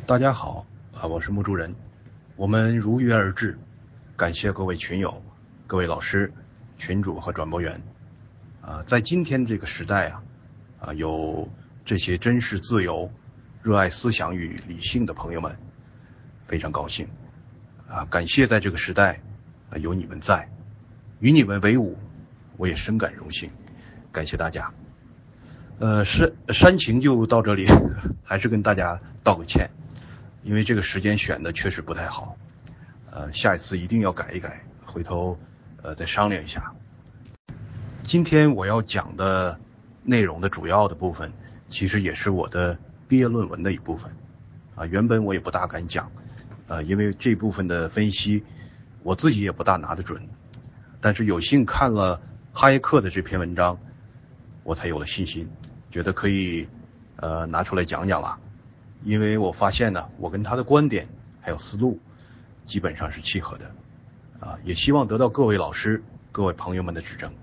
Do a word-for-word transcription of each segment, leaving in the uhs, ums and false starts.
大家好啊，我是木主人，我们如约而至，感谢各位群友、各位老师、群主和转播员啊，在今天这个时代啊啊，有这些珍视自由、热爱思想与理性的朋友们，非常高兴啊，感谢在这个时代啊有你们在，与你们为伍，我也深感荣幸，感谢大家。呃，煽煽情就到这里，还是跟大家道个歉。因为这个时间选的确实不太好，呃，下一次一定要改一改，回头呃再商量一下。今天我要讲的内容的主要的部分，其实也是我的毕业论文的一部分，啊，原本我也不大敢讲，呃，因为这部分的分析我自己也不大拿得准，但是有幸看了哈耶克的这篇文章，我才有了信心，觉得可以呃拿出来讲讲了。因为我发现呢，我跟他的观点还有思路基本上是契合的，啊，也希望得到各位老师、各位朋友们的指正。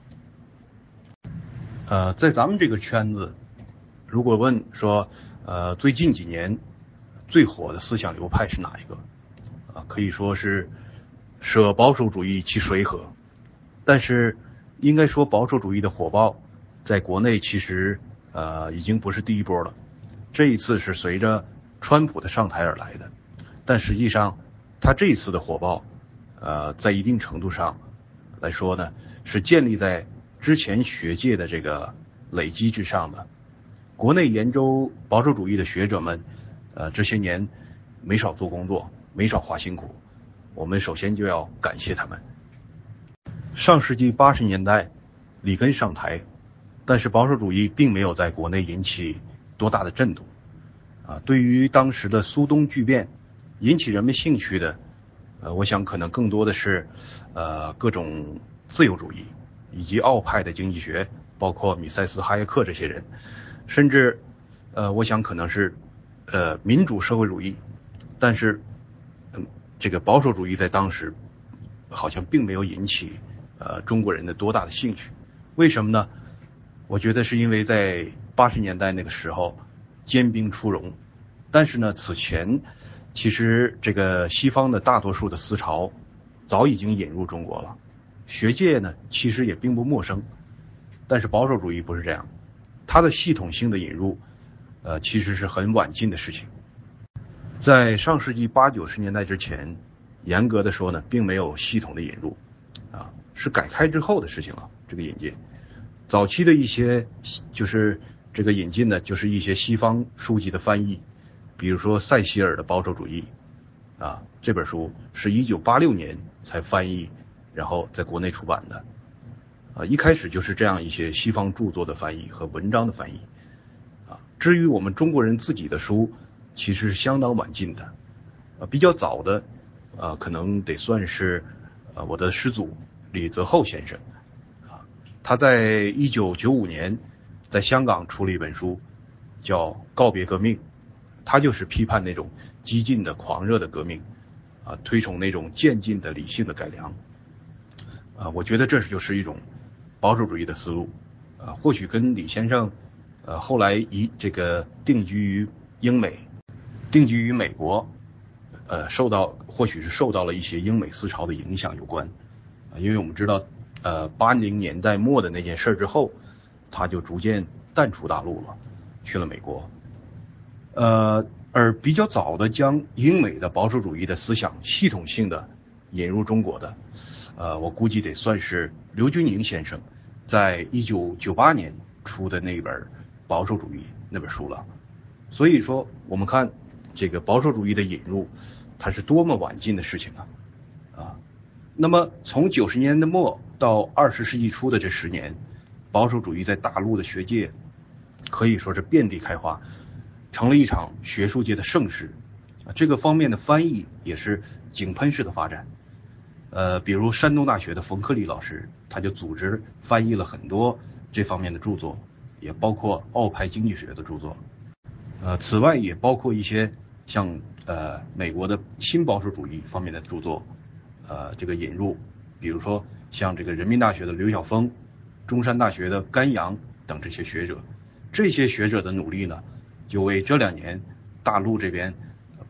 呃，在咱们这个圈子，如果问说，呃，最近几年最火的思想流派是哪一个？啊，可以说是舍保守主义其谁何？但是应该说保守主义的火爆，在国内其实呃已经不是第一波了。这一次是随着川普的上台而来的，但实际上他这一次的火爆呃在一定程度上来说呢，是建立在之前学界的这个累积之上的。国内研究保守主义的学者们呃这些年没少做工作，没少花辛苦，我们首先就要感谢他们。上世纪八十年代里根上台，但是保守主义并没有在国内引起多大的震动啊！对于当时的苏东巨变引起人们兴趣的，呃，我想可能更多的是呃各种自由主义以及奥派的经济学，包括米塞斯、哈耶克这些人，甚至呃，我想可能是呃民主社会主义，但是嗯，这个保守主义在当时好像并没有引起呃中国人的多大的兴趣。为什么呢？我觉得是因为在八十年代那个时候坚冰出笼，但是呢，此前其实这个西方的大多数的思潮早已经引入中国了，学界呢其实也并不陌生，但是保守主义不是这样，它的系统性的引入呃其实是很晚近的事情。在上世纪八九十年代之前，严格的说呢，并没有系统的引入啊，是改开之后的事情了，这个引进。早期的一些就是这个引进呢，就是一些西方书籍的翻译，比如说塞西尔的保守主义啊，这本书是一九八六年才翻译，然后在国内出版的啊，一开始就是这样一些西方著作的翻译和文章的翻译啊。至于我们中国人自己的书，其实是相当晚近的啊，比较早的啊，可能得算是呃我的师祖李泽厚先生。他在一九九五年在香港出了一本书叫《告别革命》，他就是批判那种激进的狂热的革命啊，推崇那种渐进的理性的改良啊，我觉得这是就是一种保守主义的思路啊，或许跟李先生呃后来以这个定居于英美定居于美国呃受到或许是受到了一些英美思潮的影响有关啊，因为我们知道呃，八零年代末的那件事之后，他就逐渐淡出大陆了，去了美国。呃，而比较早的将英美的保守主义的思想系统性的引入中国的，呃，我估计得算是刘军宁先生在一九九八年出的那本保守主义那本书了。所以说，我们看这个保守主义的引入，它是多么晚近的事情啊！啊。那么从九十年代末到二十世纪初的这十年，保守主义在大陆的学界可以说是遍地开花，成了一场学术界的盛事。这个方面的翻译也是井喷式的发展。呃，比如山东大学的冯克利老师，他就组织翻译了很多这方面的著作，也包括奥派经济学的著作。呃，此外也包括一些像呃美国的新保守主义方面的著作。呃，这个引入，比如说像这个人民大学的刘晓峰、中山大学的甘阳等这些学者，这些学者的努力呢，就为这两年大陆这边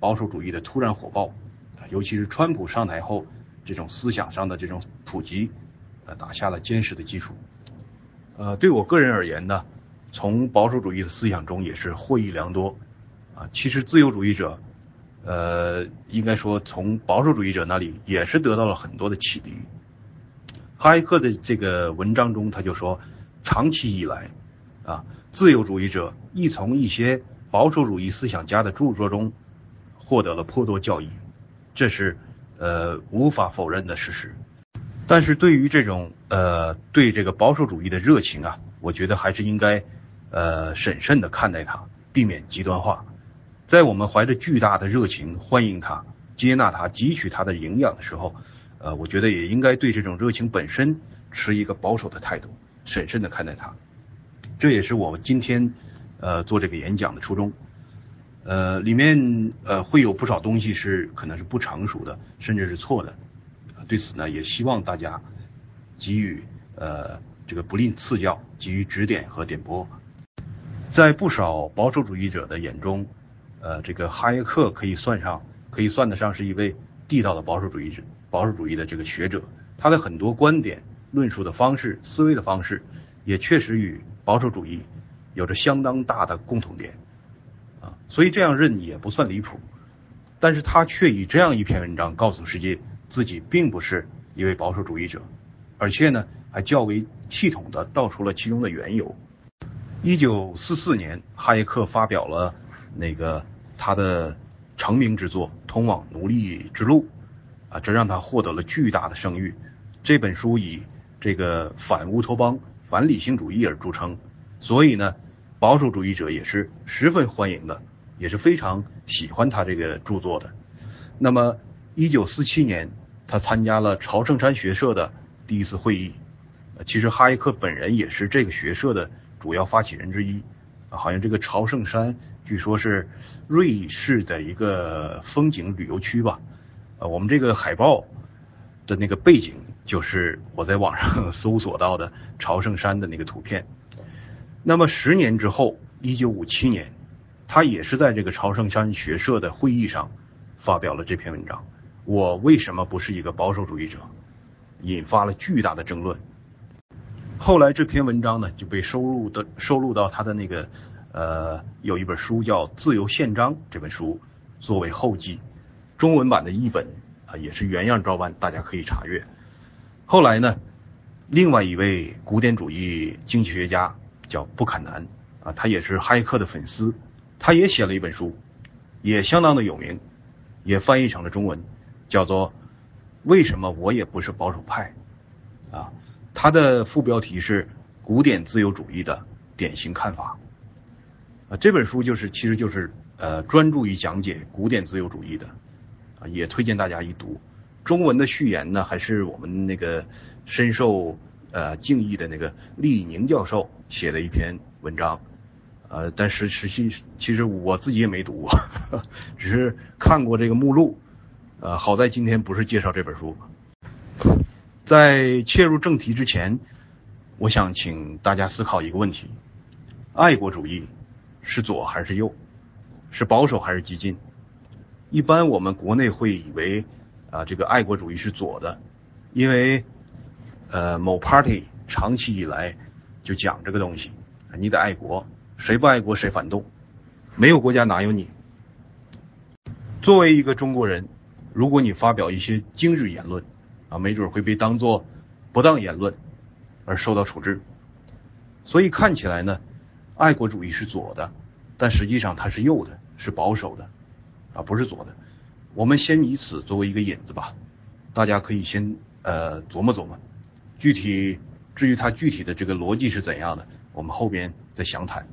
保守主义的突然火爆，尤其是川普上台后这种思想上的这种普及，呃，打下了坚实的基础。呃，对我个人而言呢，从保守主义的思想中也是获益良多。啊，其实自由主义者，呃，应该说从保守主义者那里也是得到了很多的启迪。哈耶克的这个文章中他就说，长期以来，啊，自由主义者亦从一些保守主义思想家的著作中获得了颇多教益，这是呃无法否认的事实。但是对于这种呃对这个保守主义的热情啊，我觉得还是应该呃审慎的看待它，避免极端化。在我们怀着巨大的热情欢迎它、接纳它、汲取它的营养的时候，呃，我觉得也应该对这种热情本身持一个保守的态度，审慎的看待它。这也是我们今天呃做这个演讲的初衷。呃，里面呃会有不少东西是可能是不成熟的，甚至是错的。对此呢，也希望大家给予呃这个不吝赐教，给予指点和点拨。在不少保守主义者的眼中，呃，这个哈耶克可以算上，可以算得上是一位地道的保守主义者，保守主义的这个学者。他的很多观点、论述的方式、思维的方式，也确实与保守主义有着相当大的共同点啊，所以这样认也不算离谱。但是他却以这样一篇文章告诉世界，自己并不是一位保守主义者，而且呢，还较为系统的道出了其中的缘由。一九四四年，哈耶克发表了那个他的成名之作《通往奴隶之路》啊，这让他获得了巨大的声誉。这本书以这个反乌托邦、反理性主义而著称，所以呢，保守主义者也是十分欢迎的，也是非常喜欢他这个著作的。那么，一九四七年，他参加了朝圣山学社的第一次会议。其实哈耶克本人也是这个学社的主要发起人之一。好像这个朝圣山据说是瑞士的一个风景旅游区吧。呃，我们这个海报的那个背景就是我在网上搜索到的朝圣山的那个图片。那么十年之后，一九五七年，他也是在这个朝圣山学社的会议上发表了这篇文章。我为什么不是一个保守主义者？引发了巨大的争论。后来这篇文章呢就被收录的收录到他的那个呃有一本书叫《自由宪章》这本书作为后记，中文版的译本啊也是原样照办，大家可以查阅。后来呢，另外一位古典主义经济学家叫布坎南啊，他也是哈耶克的粉丝，他也写了一本书，也相当的有名，也翻译成了中文，叫做《为什么我也不是保守派》啊。他的副标题是古典自由主义的典型看法啊，这本书就是其实就是呃专注于讲解古典自由主义的啊，也推荐大家一读。中文的序言呢，还是我们那个深受呃敬意的那个厉宁教授写的一篇文章，呃，但是实际其实我自己也没读过，呵呵只是看过这个目录，呃，好在今天不是介绍这本书。在切入正题之前，我想请大家思考一个问题：爱国主义是左还是右？是保守还是激进？一般我们国内会以为啊，这个爱国主义是左的，因为呃某 party 长期以来就讲这个东西，你得爱国，谁不爱国谁反动，没有国家哪有你。作为一个中国人，如果你发表一些今日言论啊，没准会被当作不当言论而受到处置。所以看起来呢，爱国主义是左的，但实际上它是右的，是保守的啊，不是左的。我们先以此作为一个引子吧，大家可以先呃琢磨琢磨，具体至于它具体的这个逻辑是怎样的，我们后边再详谈。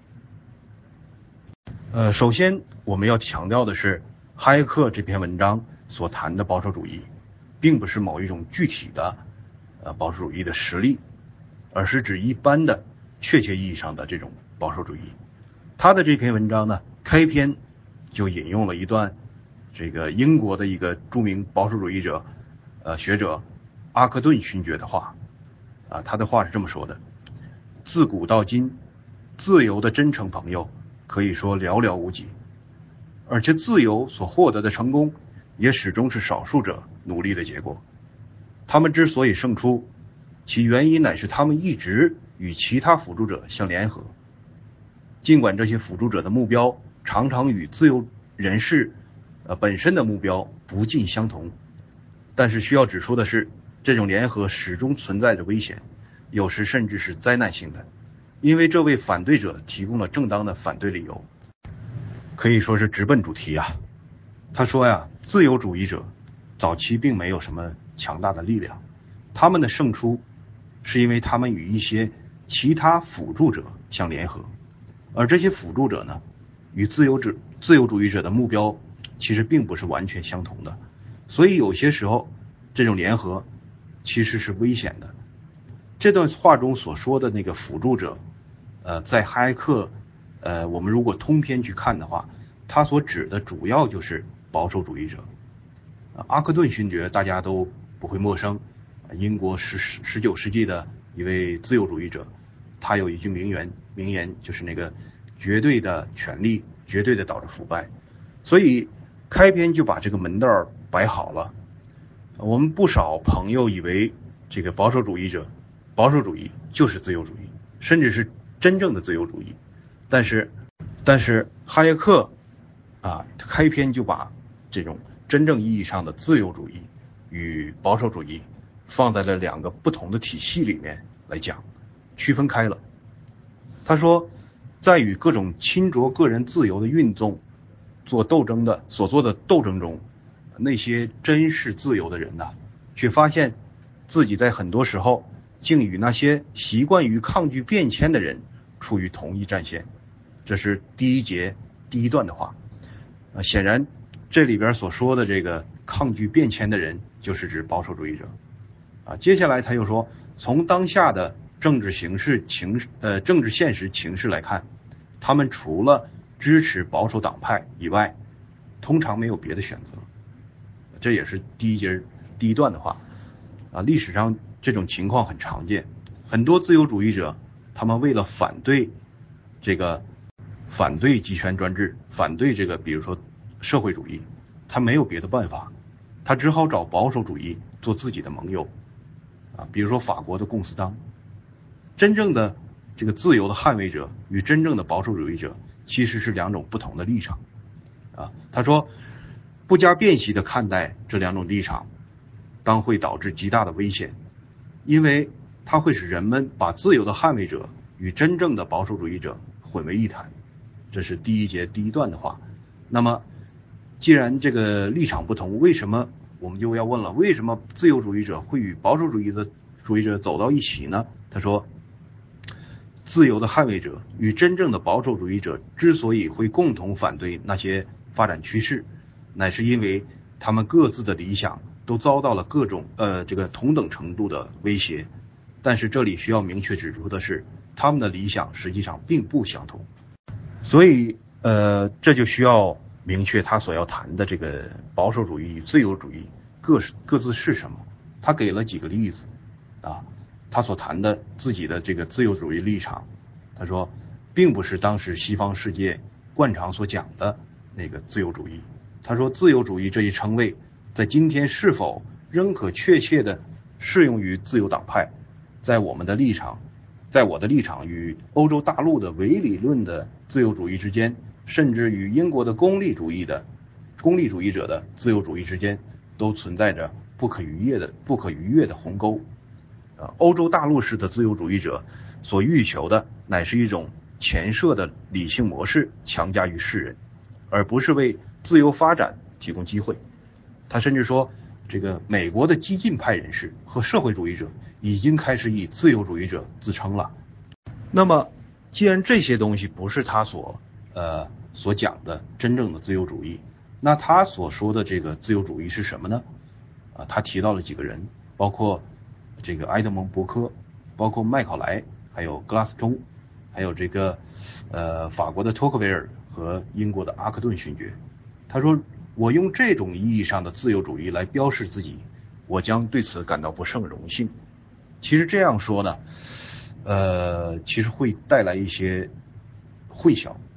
呃，首先我们要强调的是，哈耶克这篇文章所谈的保守主义并不是某一种具体的呃保守主义的实例，而是指一般的确切意义上的这种保守主义。他的这篇文章呢，开篇就引用了一段这个英国的一个著名保守主义者呃学者阿克顿勋爵的话啊，他的话是这么说的：自古到今，自由的真诚朋友可以说寥寥无几， 而且自由所获得的成功也始终是少数者努力的结果。他们之所以胜出，其原因乃是他们一直与其他辅助者相联合，尽管这些辅助者的目标常常与自由人士呃本身的目标不尽相同，但是需要指出的是，这种联合始终存在着危险，有时甚至是灾难性的，因为这为反对者提供了正当的反对理由，可以说是直奔主题啊。他说呀，自由主义者早期并没有什么强大的力量，他们的胜出是因为他们与一些其他辅助者相联合，而这些辅助者呢，与自由者自由主义者的目标其实并不是完全相同的，所以有些时候这种联合其实是危险的。这段话中所说的那个辅助者，呃，在哈耶克，呃，我们如果通篇去看的话，他所指的主要就是保守主义者。阿克顿勋爵大家都不会陌生，英国十十九世纪的一位自由主义者，他有一句名言，名言就是那个绝对的权力，绝对的导致腐败。所以开篇就把这个门道摆好了。我们不少朋友以为这个保守主义者，保守主义就是自由主义，甚至是真正的自由主义。但是，但是哈耶克啊，开篇就把这种真正意义上的自由主义与保守主义放在了两个不同的体系里面来讲，区分开了。他说，在与各种侵夺个人自由的运动做斗争的所做的斗争中，那些真是自由的人呐、啊，却发现自己在很多时候竟与那些习惯于抗拒变迁的人处于同一战线。这是第一节第一段的话。啊，显然这里边所说的这个抗拒变迁的人，就是指保守主义者。啊，接下来他又说，从当下的政治形势情呃政治现实情势来看，他们除了支持保守党派以外，通常没有别的选择。这也是第一节第一段的话。啊，历史上这种情况很常见，很多自由主义者，他们为了反对这个反对集权专制，反对这个比如说社会主义，他没有别的办法，他只好找保守主义做自己的盟友。啊，比如说法国的共斯当。真正的这个自由的捍卫者与真正的保守主义者其实是两种不同的立场。啊，他说，不加辨析的看待这两种立场，当会导致极大的危险，因为它会使人们把自由的捍卫者与真正的保守主义者混为一谈。这是第一节第一段的话。那么既然这个立场不同，为什么我们就要问了，为什么自由主义者会与保守主义的主义者走到一起呢？他说，自由的捍卫者与真正的保守主义者之所以会共同反对那些发展趋势，乃是因为他们各自的理想都遭到了各种呃这个同等程度的威胁。但是这里需要明确指出的是，他们的理想实际上并不相同。所以呃这就需要明确他所要谈的这个保守主义与自由主义各各自是什么。他给了几个例子啊，他所谈的自己的这个自由主义立场，他说并不是当时西方世界惯常所讲的那个自由主义。他说自由主义这一称谓在今天是否仍可确切的适用于自由党派，在我们的立场在我的立场与欧洲大陆的唯理论的自由主义之间，甚至与英国的功利主义的功利主义者的自由主义之间，都存在着不可逾越的不可逾越的鸿沟。呃，欧洲大陆式的自由主义者所欲求的乃是一种前设的理性模式强加于世人，而不是为自由发展提供机会。他甚至说，这个美国的激进派人士和社会主义者已经开始以自由主义者自称了。那么既然这些东西不是他所呃所讲的真正的自由主义，那他所说的这个自由主义是什么呢？啊，他提到了几个人，包括这个埃德蒙·伯科，包括麦考莱，还有格拉斯通，还有这个呃法国的托克维尔和英国的阿克顿勋爵。他说，我用这种意义上的自由主义来标示自己，我将对此感到不胜荣幸。其实这样说呢，呃，其实会带来一些混淆。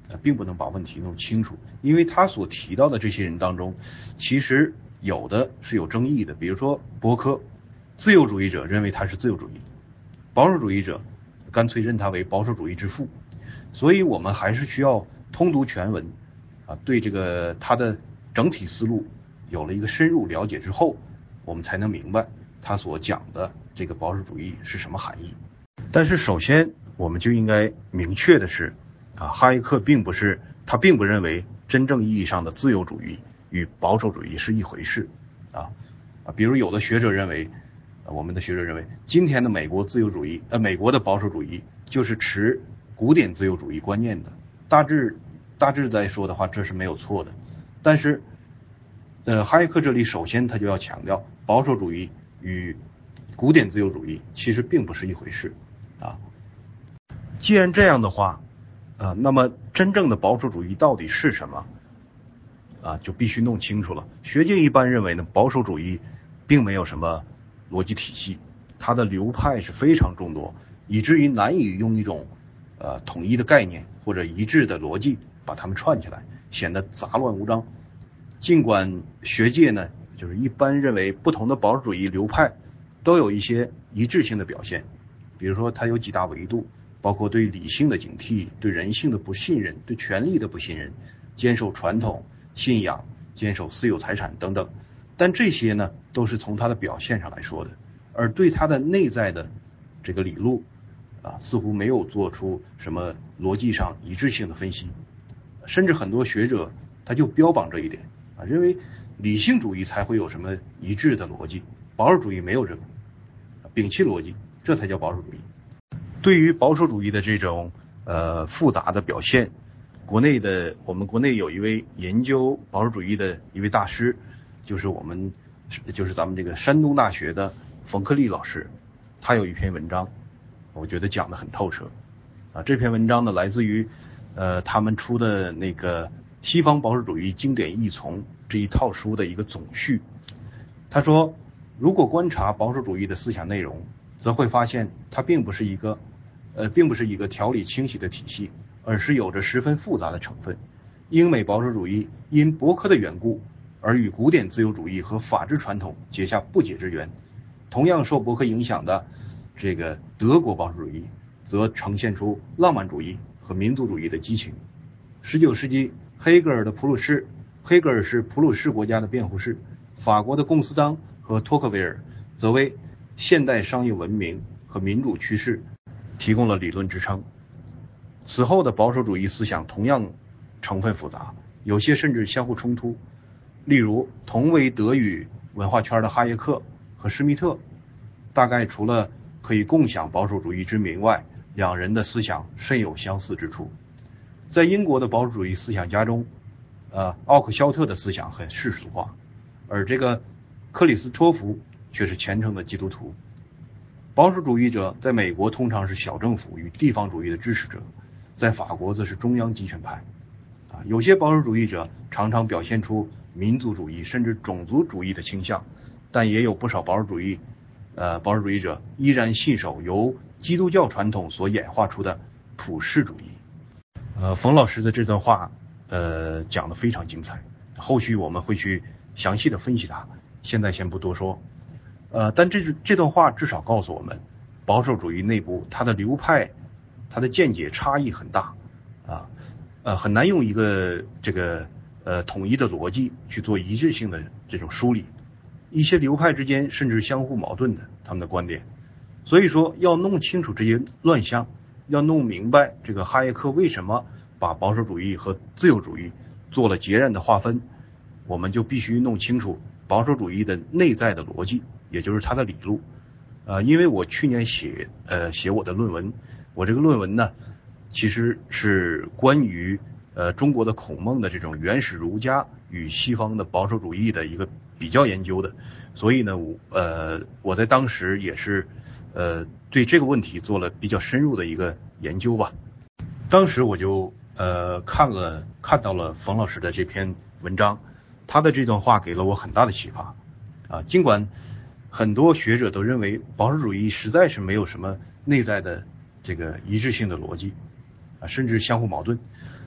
呃，并不能把问题弄清楚，因为他所提到的这些人当中，其实有的是有争议的，比如说伯克，自由主义者认为他是自由主义，保守主义者干脆认他为保守主义之父，所以我们还是需要通读全文，啊，对这个他的整体思路有了一个深入了解之后，我们才能明白他所讲的这个保守主义是什么含义。但是首先我们就应该明确的是，啊，哈耶克并不是他并不认为真正意义上的自由主义与保守主义是一回事，啊啊，比如有的学者认为，呃，我们的学者认为，今天的美国自由主义，呃，美国的保守主义就是持古典自由主义观念的，大致大致来说的话，这是没有错的。但是，呃，哈耶克这里首先他就要强调，保守主义与古典自由主义其实并不是一回事，啊。既然这样的话，啊，那么真正的保守主义到底是什么？啊，就必须弄清楚了。学界一般认为呢，保守主义并没有什么逻辑体系，它的流派是非常众多，以至于难以用一种呃统一的概念或者一致的逻辑把它们串起来，显得杂乱无章。尽管学界呢，就是一般认为不同的保守主义流派都有一些一致性的表现，比如说它有几大维度，包括对理性的警惕、对人性的不信任、对权力的不信任、坚守传统信仰、坚守私有财产等等。但这些呢，都是从它的表现上来说的，而对它的内在的这个理路啊，似乎没有做出什么逻辑上一致性的分析。甚至很多学者他就标榜这一点啊，认为理性主义才会有什么一致的逻辑，保守主义没有这个，摒弃逻辑，这才叫保守主义。对于保守主义的这种呃复杂的表现，国内的我们国内有一位研究保守主义的一位大师，就是我们就是咱们这个山东大学的冯克利老师，他有一篇文章，我觉得讲得很透彻啊。这篇文章呢，来自于呃他们出的那个西方保守主义经典译丛这一套书的一个总序。他说，如果观察保守主义的思想内容，则会发现它并不是一个呃，并不是一个条理清晰的体系，而是有着十分复杂的成分。英美保守主义因伯克的缘故而与古典自由主义和法治传统结下不解之缘。同样受伯克影响的这个德国保守主义，则呈现出浪漫主义和民族主义的激情。十九世纪黑格尔的普鲁士，黑格尔是普鲁士国家的辩护士，法国的共斯当和托克维尔则为现代商业文明和民主趋势提供了理论支撑。此后的保守主义思想同样成分复杂，有些甚至相互冲突。例如，同为德语文化圈的哈耶克和施密特，大概除了可以共享保守主义之名外，两人的思想甚有相似之处。在英国的保守主义思想家中，呃，奥克肖特的思想很世俗化，而这个克里斯托弗却是虔诚的基督徒。保守主义者在美国通常是小政府与地方主义的支持者，在法国则是中央集权派。啊，有些保守主义者常常表现出民族主义甚至种族主义的倾向，但也有不少保守主义，呃，保守主义者依然信守由基督教传统所演化出的普世主义。呃，冯老师的这段话，呃，讲得非常精彩，后续我们会去详细的分析它，现在先不多说。呃，但这这段话至少告诉我们，保守主义内部它的流派、它的见解差异很大，啊，呃，很难用一个这个呃统一的逻辑去做一致性的这种梳理，一些流派之间甚至相互矛盾的他们的观点。所以说，要弄清楚这些乱象，要弄明白这个哈耶克为什么把保守主义和自由主义做了截然的划分，我们就必须弄清楚保守主义的内在的逻辑，也就是它的理路。呃，因为我去年写呃写我的论文，我这个论文呢，其实是关于呃中国的孔孟的这种原始儒家与西方的保守主义的一个比较研究的，所以呢，我呃我在当时也是呃对这个问题做了比较深入的一个研究吧。当时我就呃看了看到了冯老师的这篇文章，他的这段话给了我很大的启发啊。尽管很多学者都认为保守主义实在是没有什么内在的这个一致性的逻辑啊，甚至相互矛盾，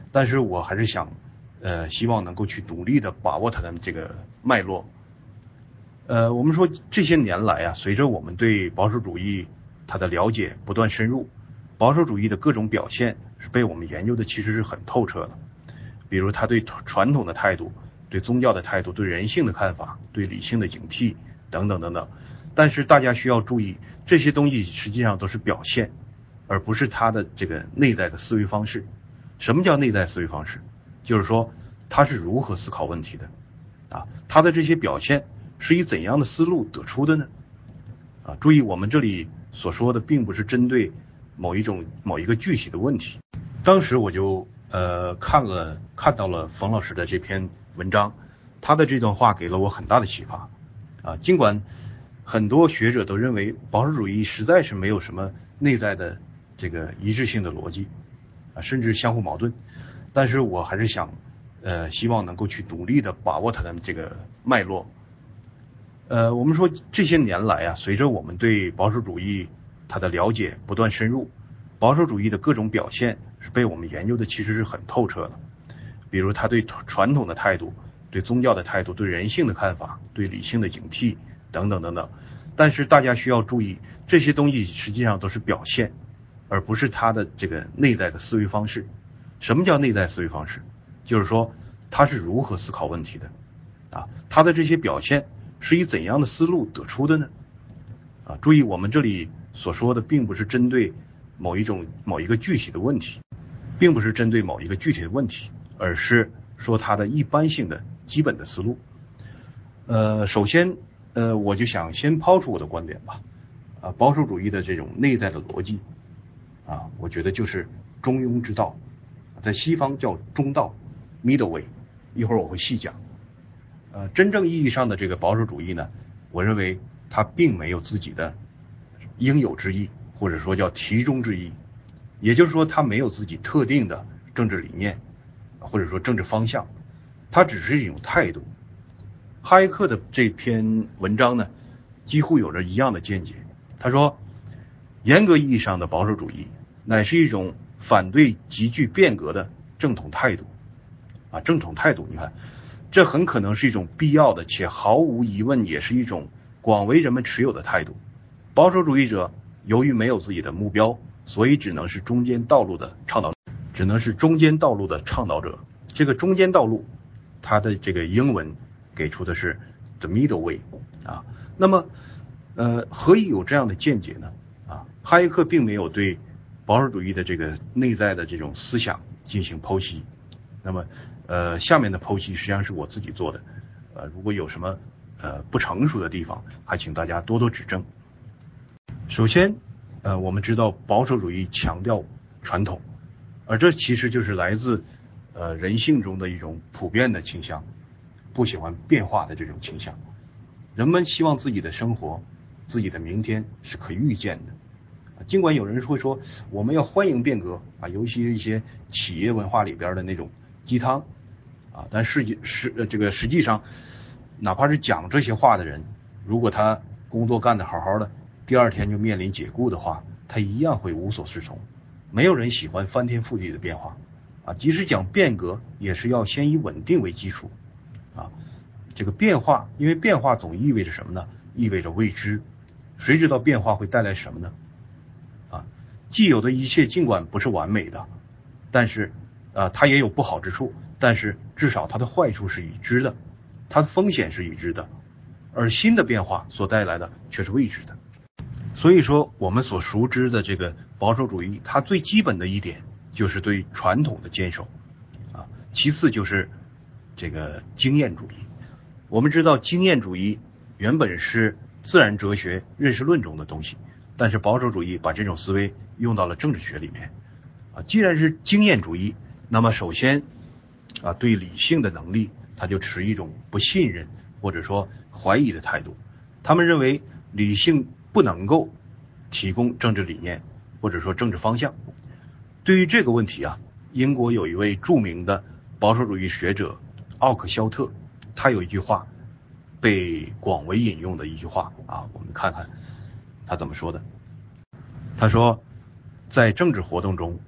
但是我还是想，呃，希望能够去努力的把握它的这个脉络。呃，我们说这些年来啊，随着我们对保守主义它的了解不断深入，保守主义的各种表现是被我们研究的其实是很透彻的。比如他对传统的态度、对宗教的态度、对人性的看法、对理性的警惕等等等等。但是大家需要注意，这些东西实际上都是表现，而不是他的这个内在的思维方式。什么叫内在思维方式？就是说他是如何思考问题的啊？他的这些表现是以怎样的思路得出的呢？啊，注意我们这里所说的并不是针对某一种某一个具体的问题。当时我就呃看了看到了冯老师的这篇文章，他的这段话给了我很大的启发啊。尽管很多学者都认为保守主义实在是没有什么内在的这个一致性的逻辑啊，甚至相互矛盾，但是我还是想呃希望能够去努力的把握它的这个脉络。呃，我们说这些年来啊，随着我们对保守主义它的了解不断深入，保守主义的各种表现是被我们研究的其实是很透彻的。比如他对传统的态度、对宗教的态度、对人性的看法、对理性的警惕等等等等。但是大家需要注意，这些东西实际上都是表现，而不是他的这个内在的思维方式。什么叫内在思维方式？就是说他是如何思考问题的啊？他的这些表现是以怎样的思路得出的呢？啊，注意我们这里所说的并不是针对某一种某一个具体的问题，并不是针对某一个具体的问题，而是说它的一般性的基本的思路。呃，首先，呃，我就想先抛出我的观点吧。啊，保守主义的这种内在的逻辑，啊，我觉得就是中庸之道，在西方叫中道 （middle way），一会儿我会细讲。呃，真正意义上的这个保守主义呢，我认为它并没有自己的应有之义，或者说叫题中之义，也就是说它没有自己特定的政治理念，或者说政治方向，它只是一种态度。哈耶克的这篇文章呢，几乎有着一样的见解。他说，严格意义上的保守主义乃是一种反对急剧变革的正统态度。啊，正统态度，你看，这很可能是一种必要的，且毫无疑问也是一种广为人们持有的态度。保守主义者由于没有自己的目标，所以只能是中间道路的倡导，只能是中间道路的倡导者。这个中间道路，它的这个英文给出的是 the middle way 啊。那么，呃，何以有这样的见解呢？啊，哈耶克并没有对保守主义的这个内在的这种思想进行剖析。那么，呃，下面的剖析实际上是我自己做的。呃，如果有什么呃不成熟的地方，还请大家多多指正。首先，呃，我们知道保守主义强调传统，而这其实就是来自呃人性中的一种普遍的倾向，不喜欢变化的这种倾向。人们希望自己的生活、自己的明天是可预见的。尽管有人会说我们要欢迎变革啊，尤其是一些企业文化里边的那种鸡汤啊，但实际实呃这个实际上，哪怕是讲这些话的人，如果他工作干得好好的，第二天就面临解雇的话，他一样会无所适从。没有人喜欢翻天覆地的变化啊，即使讲变革，也是要先以稳定为基础啊。这个变化，因为变化总意味着什么呢？意味着未知，谁知道变化会带来什么呢？啊，既有的一切尽管不是完美的，但是啊，它也有不好之处，但是至少它的坏处是已知的，它的风险是已知的，而新的变化所带来的却是未知的。所以说，我们所熟知的这个保守主义，它最基本的一点就是对传统的坚守啊，其次就是这个经验主义。我们知道经验主义原本是自然哲学认识论中的东西，但是保守主义把这种思维用到了政治学里面啊。既然是经验主义，那么首先啊，对理性的能力，他就持一种不信任或者说怀疑的态度。他们认为理性不能够提供政治理念或者说政治方向。对于这个问题啊，英国有一位著名的保守主义学者奥克肖特，他有一句话被广为引用的一句话啊，我们看看他怎么说的。他说，在政治活动中，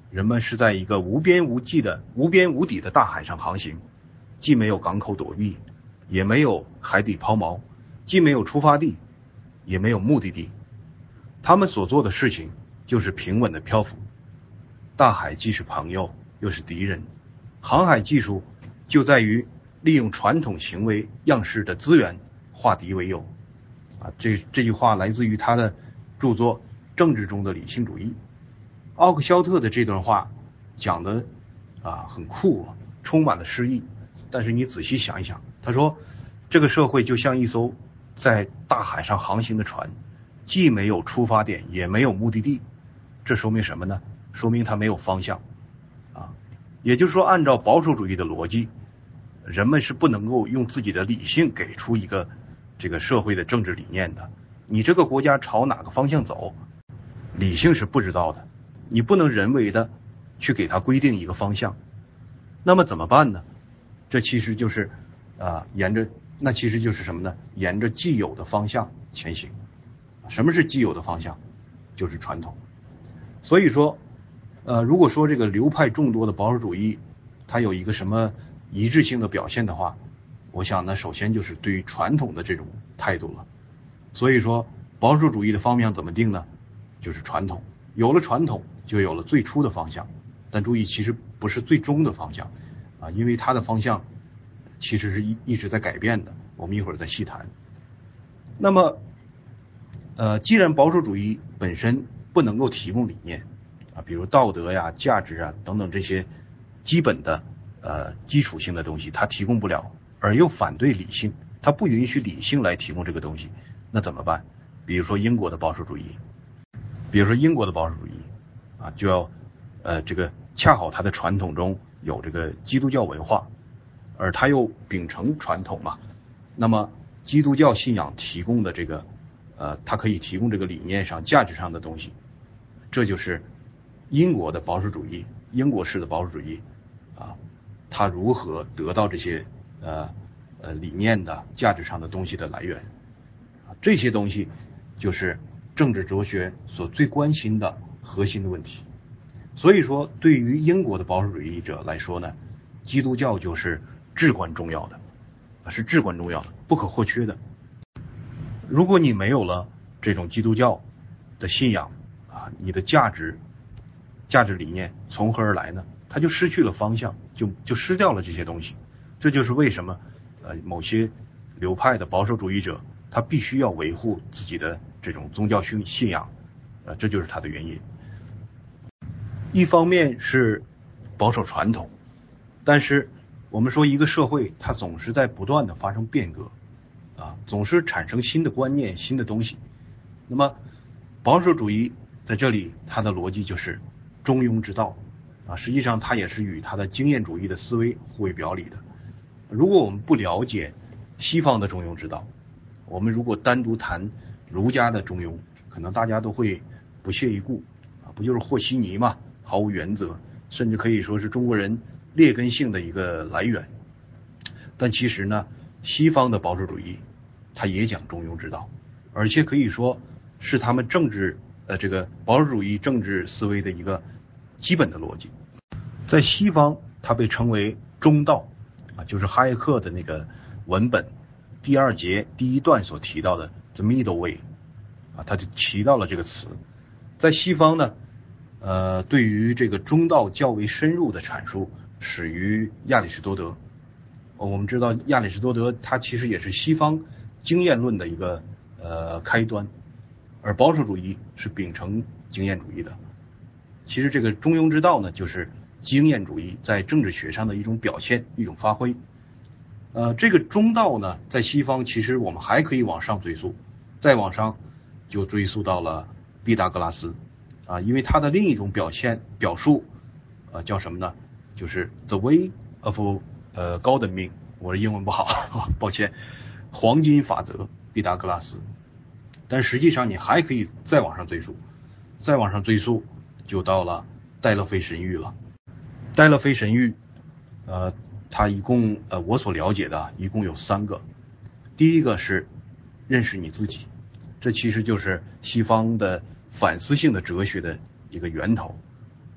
人们是在一个无边无际的无边无底的大海上航行，既没有港口躲避，也没有海底抛锚，既没有出发地，也没有目的地。他们所做的事情就是平稳的漂浮。大海既是朋友又是敌人，航海技术就在于利用传统行为样式的资源化敌为友。啊，这这句话来自于他的著作《政治中的理性主义》。奥克肖特的这段话讲的啊很酷啊，充满了诗意。但是你仔细想一想，他说这个社会就像一艘在大海上航行的船，既没有出发点，也没有目的地。这说明什么呢？说明它没有方向啊。也就是说，按照保守主义的逻辑，人们是不能够用自己的理性给出一个这个社会的政治理念的。你这个国家朝哪个方向走，理性是不知道的，你不能人为的去给它规定一个方向。那么怎么办呢？这其实就是啊，沿着那其实就是什么呢？沿着既有的方向前行。什么是既有的方向？就是传统。所以说呃，如果说这个流派众多的保守主义它有一个什么一致性的表现的话，我想呢，首先就是对于传统的这种态度了。所以说保守主义的方向怎么定呢？就是传统。有了传统就有了最初的方向，但注意其实不是最终的方向啊，因为它的方向其实是一一直在改变的，我们一会儿再细谈。那么呃，既然保守主义本身不能够提供理念啊，比如道德呀、价值啊等等这些基本的呃基础性的东西，它提供不了，而又反对理性，它不允许理性来提供这个东西，那怎么办？比如说英国的保守主义，比如说英国的保守主义啊，就要呃这个恰好它的传统中有这个基督教文化，而它又秉承传统嘛，那么基督教信仰提供的这个呃，它可以提供这个理念上、价值上的东西，这就是英国的保守主义，英国式的保守主义啊，它如何得到这些呃呃理念的、价值上的东西的来源啊？这些东西就是政治哲学所最关心的核心的问题。所以说，对于英国的保守主义者来说呢，基督教就是至关重要的，是至关重要的、不可或缺的。如果你没有了这种基督教的信仰啊，你的价值价值理念从何而来呢？它就失去了方向，就就失掉了这些东西。这就是为什么呃某些流派的保守主义者他必须要维护自己的这种宗教信信仰，呃这就是他的原因。一方面是保守传统，但是我们说一个社会它总是在不断的发生变革啊，总是产生新的观念、新的东西。那么保守主义在这里它的逻辑就是中庸之道啊，实际上它也是与它的经验主义的思维互为表里的。如果我们不了解西方的中庸之道，我们如果单独谈儒家的中庸，可能大家都会不屑一顾啊，不就是和稀泥嘛，毫无原则，甚至可以说是中国人劣根性的一个来源。但其实呢，西方的保守主义它也讲中庸之道，而且可以说是他们政治呃这个保守主义政治思维的一个基本的逻辑。在西方它被称为中道啊，就是哈耶克的那个文本第二节第一段所提到的 the middle way 啊，他就提到了这个词。在西方呢呃对于这个中道较为深入的阐述始于亚里士多德。我们知道亚里士多德他其实也是西方经验论的一个呃开端，而保守主义是秉承经验主义的。其实这个中庸之道呢，就是经验主义在政治学上的一种表现、一种发挥。呃，这个中道呢，在西方其实我们还可以往上追溯，再往上就追溯到了毕达哥拉斯啊，因为他的另一种表现表述，呃，叫什么呢？就是 the way of 呃 golden mean， 我的英文不好，抱歉，黄金法则，毕达哥拉斯。但实际上你还可以再往上追溯，再往上追溯就到了戴勒菲神谕了。戴勒菲神谕，呃，它一共呃我所了解的一共有三个。第一个是认识你自己，这其实就是西方的反思性的哲学的一个源头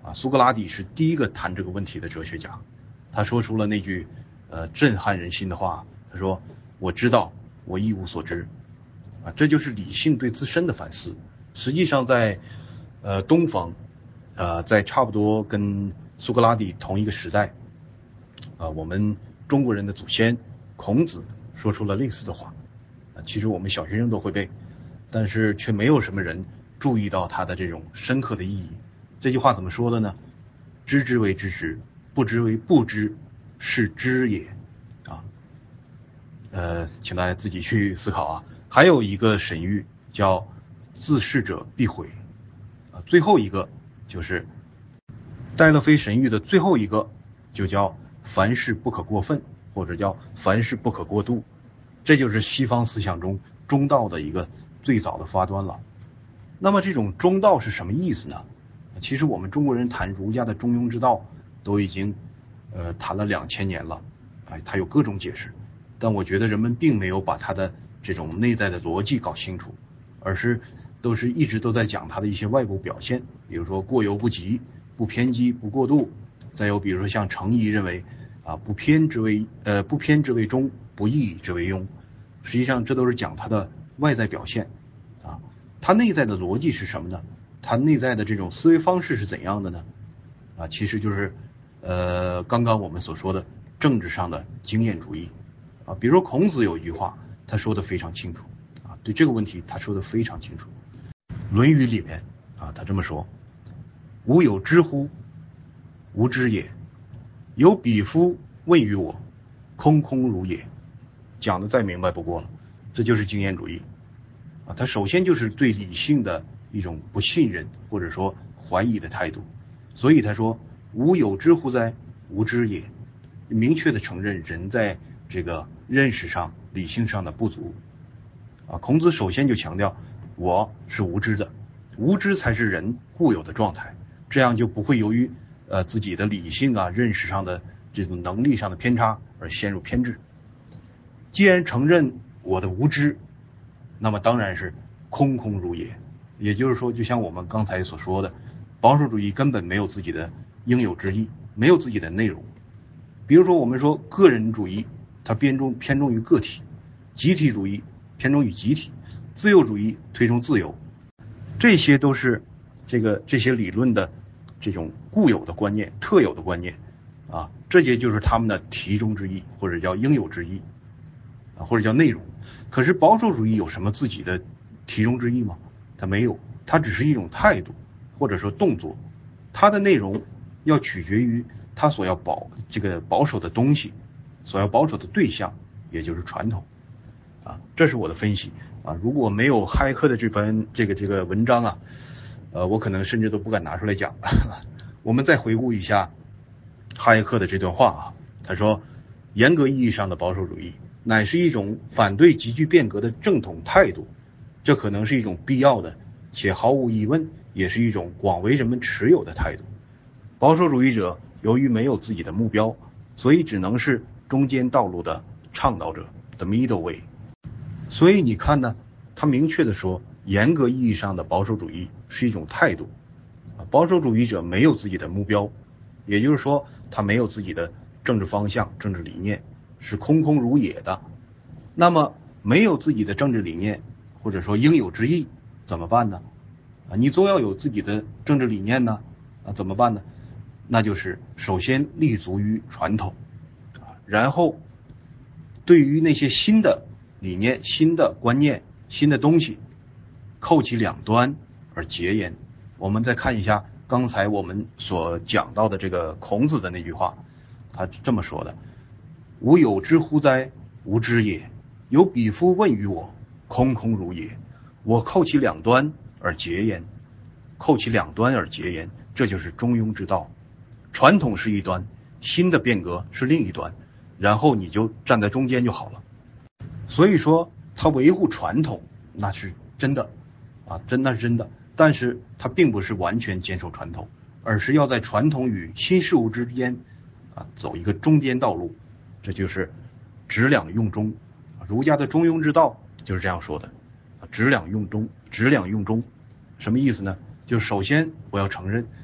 啊，苏格拉底是第一个谈这个问题的哲学家，他说出了那句呃震撼人心的话，他说我知道我一无所知啊，这就是理性对自身的反思。实际上在呃东方呃在差不多跟苏格拉底同一个时代啊，我们中国人的祖先孔子说出了类似的话啊，其实我们小学生都会背，但是却没有什么人注意到它的这种深刻的意义。这句话怎么说的呢？知之为知之，不知为不知，是知也。啊，呃，请大家自己去思考啊。还有一个神谕叫自恃者必毁啊。最后一个就是戴勒菲神谕的最后一个就叫凡事不可过分，或者叫凡事不可过度。这就是西方思想中中道的一个最早的发端了。那么这种中道是什么意思呢？其实我们中国人谈儒家的中庸之道都已经呃谈了两千年了，哎，它有各种解释，但我觉得人们并没有把它的这种内在的逻辑搞清楚，而是都是一直都在讲它的一些外部表现，比如说过犹不及，不偏激，不过度，再有比如说像程颐认为啊不偏之为呃不偏之为中，不义之为庸，实际上这都是讲它的外在表现啊，它内在的逻辑是什么呢？它内在的这种思维方式是怎样的呢？啊，其实就是呃刚刚我们所说的政治上的经验主义啊。比如说孔子有一句话，他说的非常清楚啊，对这个问题他说的非常清楚。论语里面啊，他这么说：吾有知乎？无知也。有彼夫问于我，空空如也。讲的再明白不过了，这就是经验主义啊。他首先就是对理性的一种不信任或者说怀疑的态度，所以他说吾有知乎哉？无知也。明确的承认人在这个认识上理性上的不足啊。孔子首先就强调我是无知的，无知才是人固有的状态，这样就不会由于呃自己的理性啊认识上的这种能力上的偏差而陷入偏执。既然承认我的无知，那么当然是空空如也。也就是说，就像我们刚才所说的，保守主义根本没有自己的应有之义，没有自己的内容。比如说我们说个人主义，它偏重偏重于个体，集体主义偏重于集体，自由主义推崇自由，这些都是这个这些理论的这种固有的观念，特有的观念啊，这些就是他们的题中之义，或者叫应有之义啊，或者叫内容。可是保守主义有什么自己的题中之义吗？它没有，它只是一种态度或者说动作，它的内容要取决于它所要保这个保守的东西，所要保守的对象，也就是传统啊。这是我的分析啊。如果没有哈耶克的这篇这个这个文章啊，呃，我可能甚至都不敢拿出来讲了。我们再回顾一下哈耶克的这段话啊，他说，严格意义上的保守主义乃是一种反对急剧变革的正统态度，这可能是一种必要的，且毫无疑问也是一种广为人们持有的态度。保守主义者由于没有自己的目标，所以只能是中间道路的倡导者 ，the middle way。所以你看呢，他明确的说，严格意义上的保守主义是一种态度。保守主义者没有自己的目标，也就是说，他没有自己的政治方向、政治理念，是空空如也的。那么，没有自己的政治理念，或者说应有之义，怎么办呢？啊，你总要有自己的政治理念呢，啊，怎么办呢？那就是首先立足于传统，啊，然后对于那些新的理念、新的观念、新的东西，扣其两端而结焉。我们再看一下刚才我们所讲到的这个孔子的那句话，他这么说的：吾有知乎哉？无知也。有彼夫问于我，空空如也。我扣其两端而结焉。扣其两端而结焉，这就是中庸之道。传统是一端，新的变革是另一端，然后你就站在中间就好了。所以说他维护传统那是真的啊，真的是真的，但是他并不是完全坚守传统，而是要在传统与新事物之间啊走一个中间道路，这就是直两用中。儒家的中庸之道就是这样说的，直两用中，直两用中，什么意思呢？就首先我要承认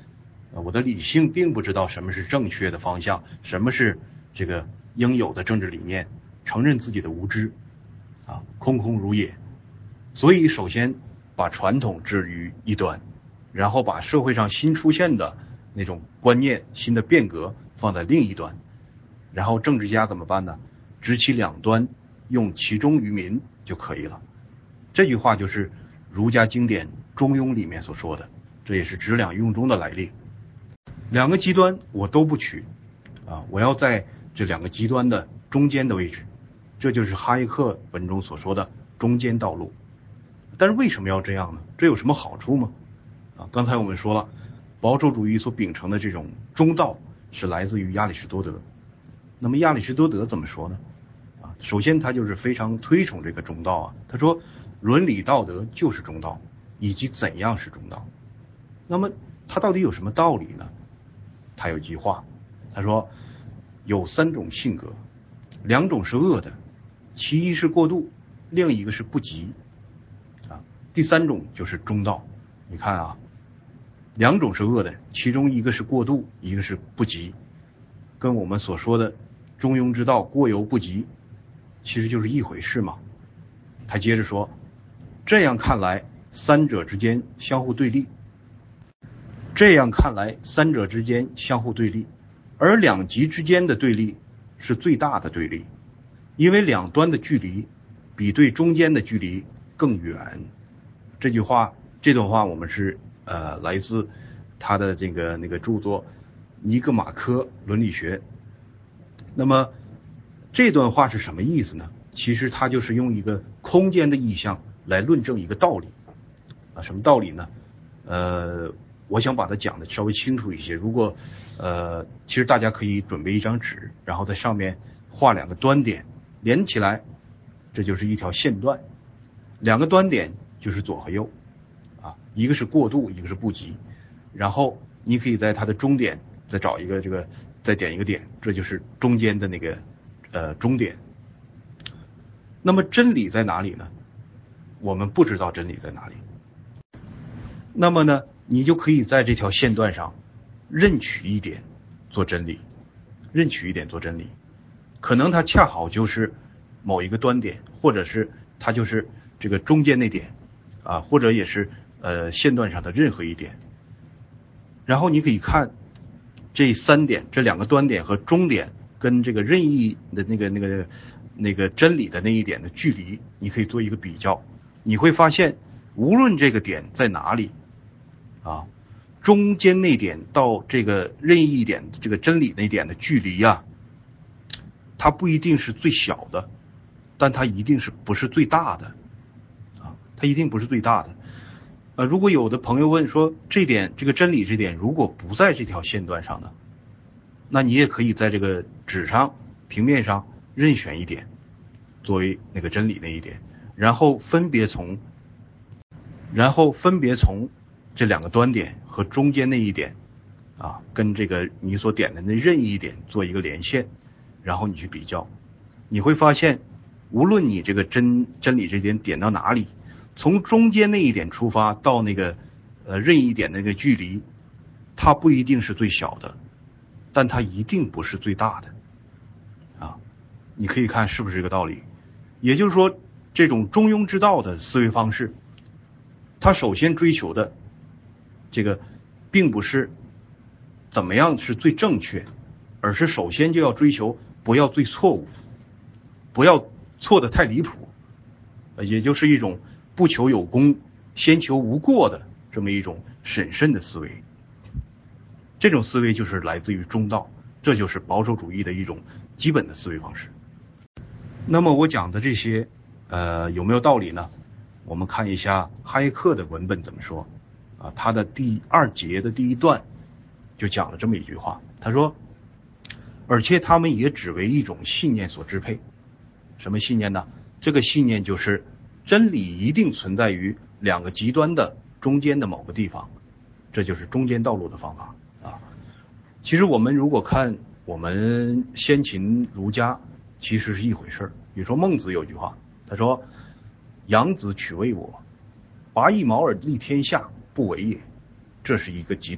我的理性并不知道什么是正确的方向，什么是这个应有的政治理念，承认自己的无知啊，空空如也。所以首先把传统置于一端，然后把社会上新出现的那种观念、新的变革放在另一端，然后政治家怎么办呢？执其两端，用其中于民就可以了。这句话就是儒家经典《中庸》里面所说的，这也是质两用中的来历。两个极端我都不取啊，我要在这两个极端的中间的位置，这就是哈耶克文中所说的中间道路。但是为什么要这样呢？这有什么好处吗？啊，刚才我们说了，保守主义所秉承的这种中道是来自于亚里士多德。那么亚里士多德怎么说呢？啊，首先他就是非常推崇这个中道啊，他说伦理道德就是中道，以及怎样是中道。那么他到底有什么道理呢？他有一句话，他说有三种性格，两种是恶的，其一是过度，另一个是不及啊，第三种就是中道。你看啊，两种是恶的，其中一个是过度，一个是不及，跟我们所说的中庸之道过犹不及其实就是一回事嘛。他接着说，这样看来三者之间相互对立，这样看来三者之间相互对立，而两极之间的对立是最大的对立，因为两端的距离比对中间的距离更远。这句话这段话我们是呃来自他的这个那个著作《尼格马科伦理学》。那么这段话是什么意思呢？其实它就是用一个空间的意象来论证一个道理啊。什么道理呢？呃，我想把它讲的稍微清楚一些。如果呃，其实大家可以准备一张纸，然后在上面画两个端点连起来，这就是一条线段。两个端点就是左和右啊，一个是过渡，一个是不及。然后你可以在它的中点再找一个这个，再点一个点，这就是中间的那个呃终点。那么真理在哪里呢？我们不知道真理在哪里。那么呢，你就可以在这条线段上任取一点做真理，任取一点做真理，可能它恰好就是某一个端点，或者是它就是这个中间那点啊，或者也是呃线段上的任何一点。然后你可以看这三点，这两个端点和中点跟这个任意的那个那个那个真理的那一点的距离，你可以做一个比较。你会发现无论这个点在哪里啊，中间那点到这个任意一点这个真理那点的距离啊，它不一定是最小的，但它一定是不是最大的啊，它一定不是最大的。呃，如果有的朋友问说，这点这个真理这点如果不在这条线段上呢，那你也可以在这个纸上平面上任选一点作为那个真理那一点，然后分别从然后分别从这两个端点和中间那一点啊，跟这个你所点的那任意一点做一个连线，然后你去比较，你会发现无论你这个真真理这点点到哪里，从中间那一点出发到那个呃任意一点那个距离，它不一定是最小的，但它一定不是最大的啊。你可以看是不是这个道理。也就是说，这种中庸之道的思维方式，它首先追求的这个并不是怎么样是最正确，而是首先就要追求不要最错误，不要错得太离谱，也就是一种不求有功先求无过的这么一种审慎的思维。这种思维就是来自于中道，这就是保守主义的一种基本的思维方式。那么我讲的这些呃有没有道理呢？我们看一下哈耶克的文本怎么说啊，他的第二节的第一段就讲了这么一句话，他说，而且他们也只为一种信念所支配。什么信念呢？这个信念就是真理一定存在于两个极端的中间的某个地方，这就是中间道路的方法啊。其实我们如果看我们先秦儒家，其实是一回事儿。比如说孟子有句话，他说，养子取为我，拔一毛而利天下，不为也。这是一个极端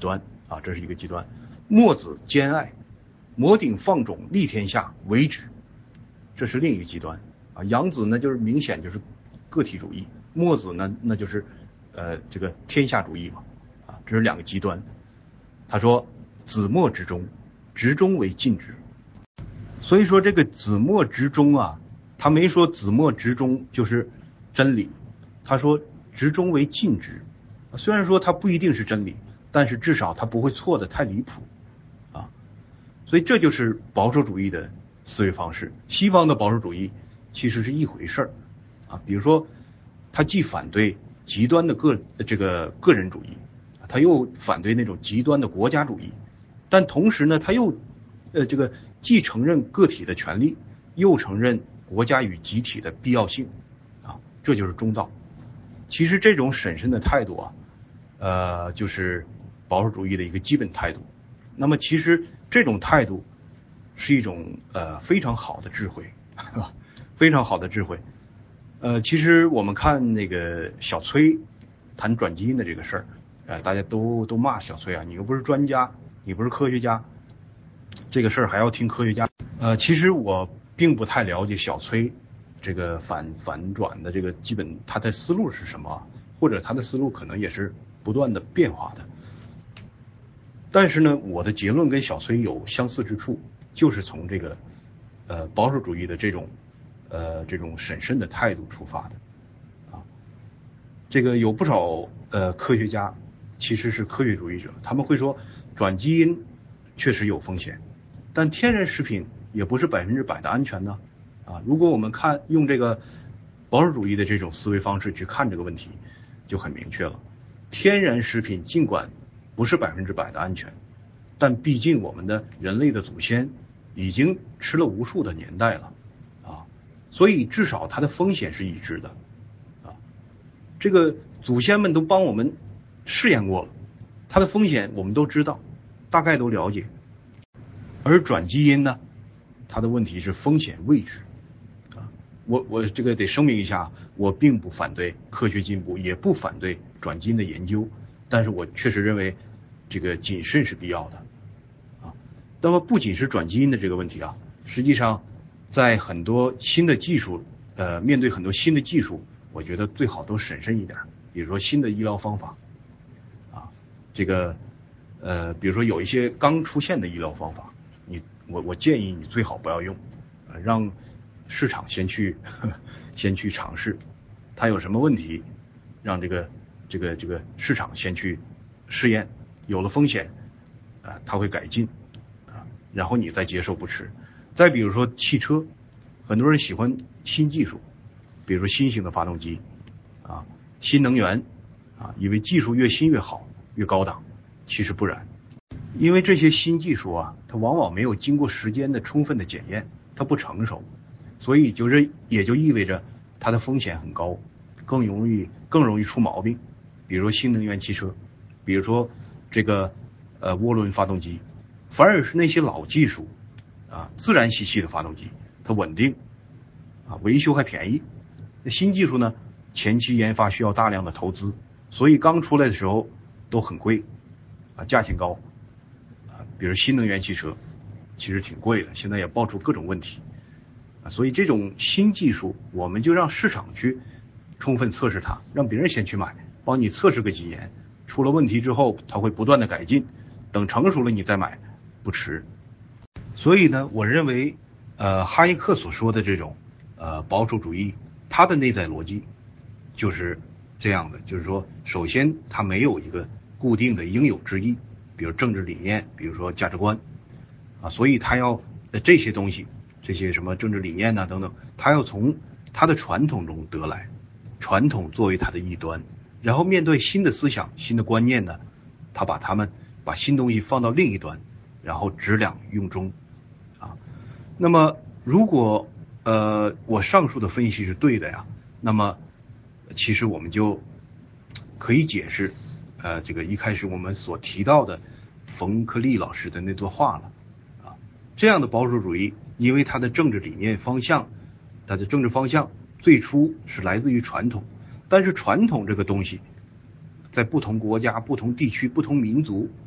啊，这是一个极端。墨子兼爱，摩顶放踵利天下为止，这是另一个极端啊。杨子呢就是明显就是个体主义，墨子呢那就是呃这个天下主义嘛啊，这是两个极端。他说子墨之中，执中为禁之。所以说这个子墨执中啊，他没说子墨执中就是真理，他说执中为禁之。虽然说它不一定是真理，但是至少它不会错的太离谱啊。所以这就是保守主义的思维方式。西方的保守主义其实是一回事儿啊，比如说他既反对极端的个这个个人主义，他又反对那种极端的国家主义，但同时呢他又呃这个既承认个体的权利，又承认国家与集体的必要性啊，这就是中道。其实这种审慎的态度啊，呃就是保守主义的一个基本态度。那么其实这种态度是一种呃非常好的智慧，非常好的智慧。呃，其实我们看那个小崔谈转基因的这个事儿，呃，大家都都骂小崔啊，你又不是专家，你不是科学家，这个事儿还要听科学家。呃，其实我并不太了解小崔这个反反转的这个基本他的思路是什么，或者他的思路可能也是不断的变化的。但是呢，我的结论跟小崔有相似之处，就是从这个呃保守主义的这种呃这种审慎的态度出发的啊。这个有不少呃科学家其实是科学主义者，他们会说转基因确实有风险，但天然食品也不是百分之百的安全呢啊。如果我们看用这个保守主义的这种思维方式去看这个问题，就很明确了。天然食品尽管不是百分之百的安全，但毕竟我们的人类的祖先已经吃了无数的年代了啊，所以至少它的风险是已知的啊。这个祖先们都帮我们试验过了，它的风险我们都知道，大概都了解。而转基因呢，它的问题是风险未知啊。我我这个得声明一下，我并不反对科学进步，也不反对转基因的研究，但是我确实认为这个谨慎是必要的啊。那么不仅是转基因的这个问题啊，实际上在很多新的技术呃面对很多新的技术，我觉得最好都审慎一点。比如说新的医疗方法啊，这个呃比如说有一些刚出现的医疗方法，你我我建议你最好不要用，呃让市场先去呵呵先去尝试，它有什么问题，让这个这个这个市场先去试验，有了风险啊，它会改进啊，然后你再接受不迟。再比如说汽车，很多人喜欢新技术，比如说新型的发动机啊，新能源啊，以为技术越新越好越高档，其实不然。因为这些新技术啊，它往往没有经过时间的充分的检验，它不成熟，所以就是也就意味着它的风险很高，更容易更容易出毛病。比如说新能源汽车，比如说这个呃涡轮发动机，反而是那些老技术啊，自然吸气的发动机，它稳定啊，维修还便宜。那新技术呢，前期研发需要大量的投资，所以刚出来的时候都很贵啊，价钱高啊。比如新能源汽车其实挺贵的，现在也爆出各种问题啊。所以这种新技术，我们就让市场去充分测试它，让别人先去买，帮你测试个几年，出了问题之后，它会不断的改进，等成熟了你再买，不迟。所以呢，我认为，呃，哈耶克所说的这种呃保守主义，它的内在逻辑就是这样的，就是说，首先它没有一个固定的应有之义，比如政治理念，比如说价值观啊，所以它要呃这些东西，这些什么政治理念呐、啊、等等，它要从它的传统中得来，传统作为它的异端，然后面对新的思想、新的观念呢，它把它们把新东西放到另一端，然后质两用中。啊，那么如果呃我上述的分析是对的呀，那么其实我们就可以解释呃这个一开始我们所提到的冯克利老师的那段话了啊。这样的保守主义，因为它的政治理念方向，它的政治方向最初是来自于传统，但是传统这个东西在不同国家、不同地区、不同民族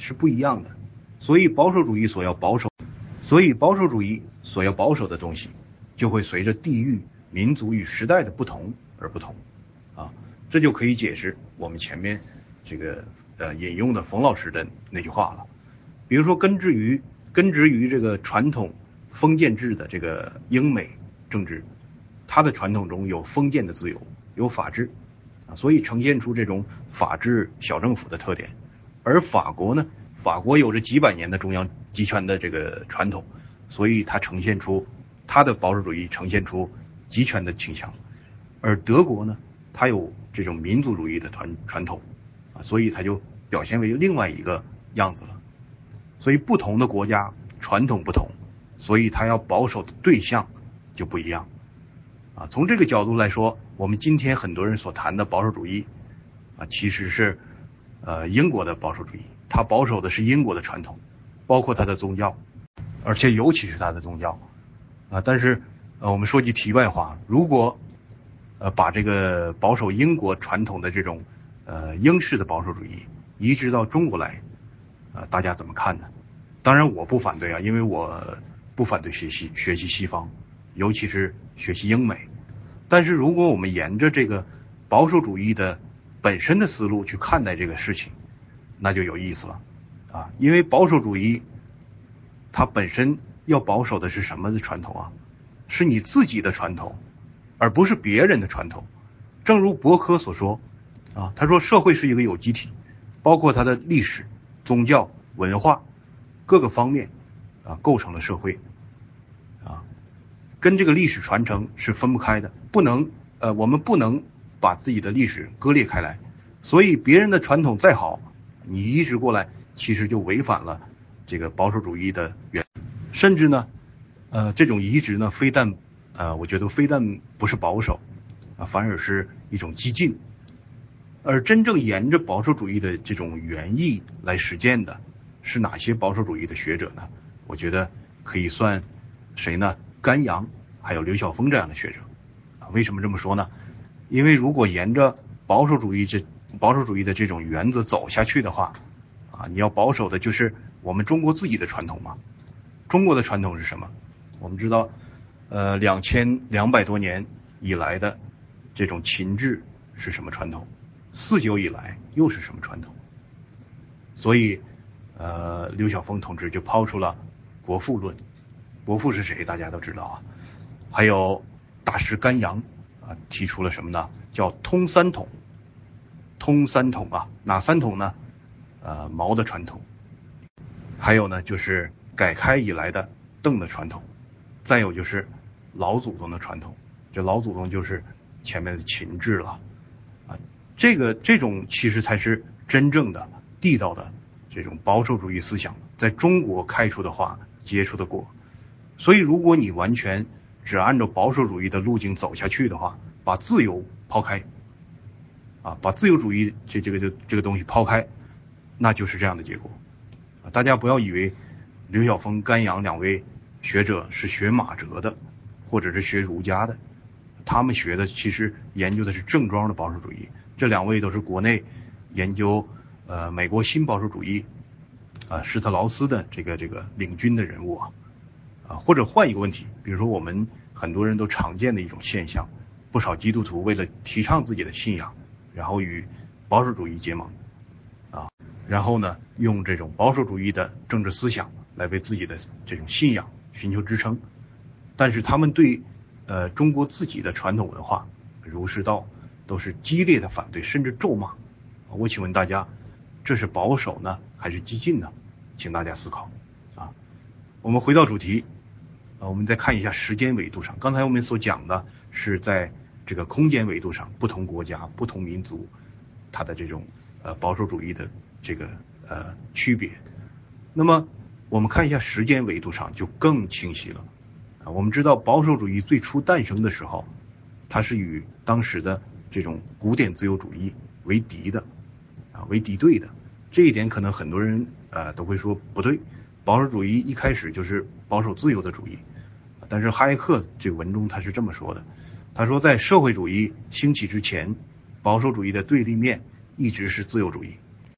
是不一样的。所以保守主义所要保守，所以保守主义所要保守的东西，就会随着地域、民族与时代的不同而不同啊。这就可以解释我们前面这个呃引用的冯老师的那句话了。比如说根植于根植于这个传统封建制的这个英美政治，它的传统中有封建的自由，有法治啊，所以呈现出这种法治小政府的特点。而法国呢，法国有着几百年的中央集权的这个传统，所以它呈现出它的保守主义呈现出集权的倾向。而德国呢，它有这种民族主义的传传统啊，所以它就表现为另外一个样子了。所以不同的国家传统不同，所以它要保守的对象就不一样啊。从这个角度来说，我们今天很多人所谈的保守主义啊，其实是呃英国的保守主义，它保守的是英国的传统，包括它的宗教，而且尤其是它的宗教啊。但是呃我们说句题外话，如果呃把这个保守英国传统的这种呃英式的保守主义移植到中国来，呃大家怎么看呢？当然我不反对啊，因为我不反对学习学习西方，尤其是学习英美。但是如果我们沿着这个保守主义的本身的思路去看待这个事情，那就有意思了啊！因为保守主义它本身要保守的是什么的传统啊？是你自己的传统，而不是别人的传统。正如伯克所说啊，他说社会是一个有机体，包括它的历史、宗教、文化各个方面啊构成了社会啊，跟这个历史传承是分不开的，不能呃我们不能把自己的历史割裂开来。所以别人的传统再好，你移植过来，其实就违反了这个保守主义的原则。甚至呢呃这种移植呢非但呃我觉得非但不是保守啊，反而是一种激进。而真正沿着保守主义的这种原意来实践的是哪些保守主义的学者呢？我觉得可以算谁呢？甘阳还有刘晓峰这样的学者啊。为什么这么说呢？因为如果沿着保守主义这保守主义的这种原则走下去的话啊，你要保守的就是我们中国自己的传统嘛。中国的传统是什么？我们知道呃两千两百多年以来的这种秦制是什么传统？四九以来又是什么传统？所以呃刘晓峰同志就抛出了国父论。国父是谁？大家都知道啊。还有大师甘阳啊提出了什么呢？叫通三统。通三统啊，哪三统呢？呃毛的传统，还有呢就是改开以来的邓的传统，再有就是老祖宗的传统。这老祖宗就是前面的秦制了啊。这个这种其实才是真正的地道的这种保守主义思想在中国开出的花结出的果。所以如果你完全只按照保守主义的路径走下去的话，把自由抛开啊，把自由主义这这个这这个东西抛开，那就是这样的结果啊。大家不要以为刘晓峰、甘阳两位学者是学马哲的，或者是学儒家的，他们学的其实研究的是正装的保守主义。这两位都是国内研究呃美国新保守主义啊施特劳斯的这个这个领军的人物啊啊。或者换一个问题，比如说我们很多人都常见的一种现象，不少基督徒为了提倡自己的信仰，然后与保守主义结盟啊，然后呢用这种保守主义的政治思想来为自己的这种信仰寻求支撑，但是他们对呃中国自己的传统文化儒释道都是激烈的反对，甚至咒骂。我请问大家，这是保守呢还是激进呢？请大家思考啊。我们回到主题啊，我们再看一下时间维度上，刚才我们所讲的是在这个空间维度上，不同国家、不同民族它的这种呃保守主义的这个呃区别。那么我们看一下时间维度上就更清晰了啊。我们知道保守主义最初诞生的时候，它是与当时的这种古典自由主义为敌的啊，为敌对的。这一点可能很多人呃都会说不对，保守主义一开始就是保守自由的主义。但是哈耶克这个文中他是这么说的，他说在社会主义兴起之前，保守主义的对立面一直是自由主义。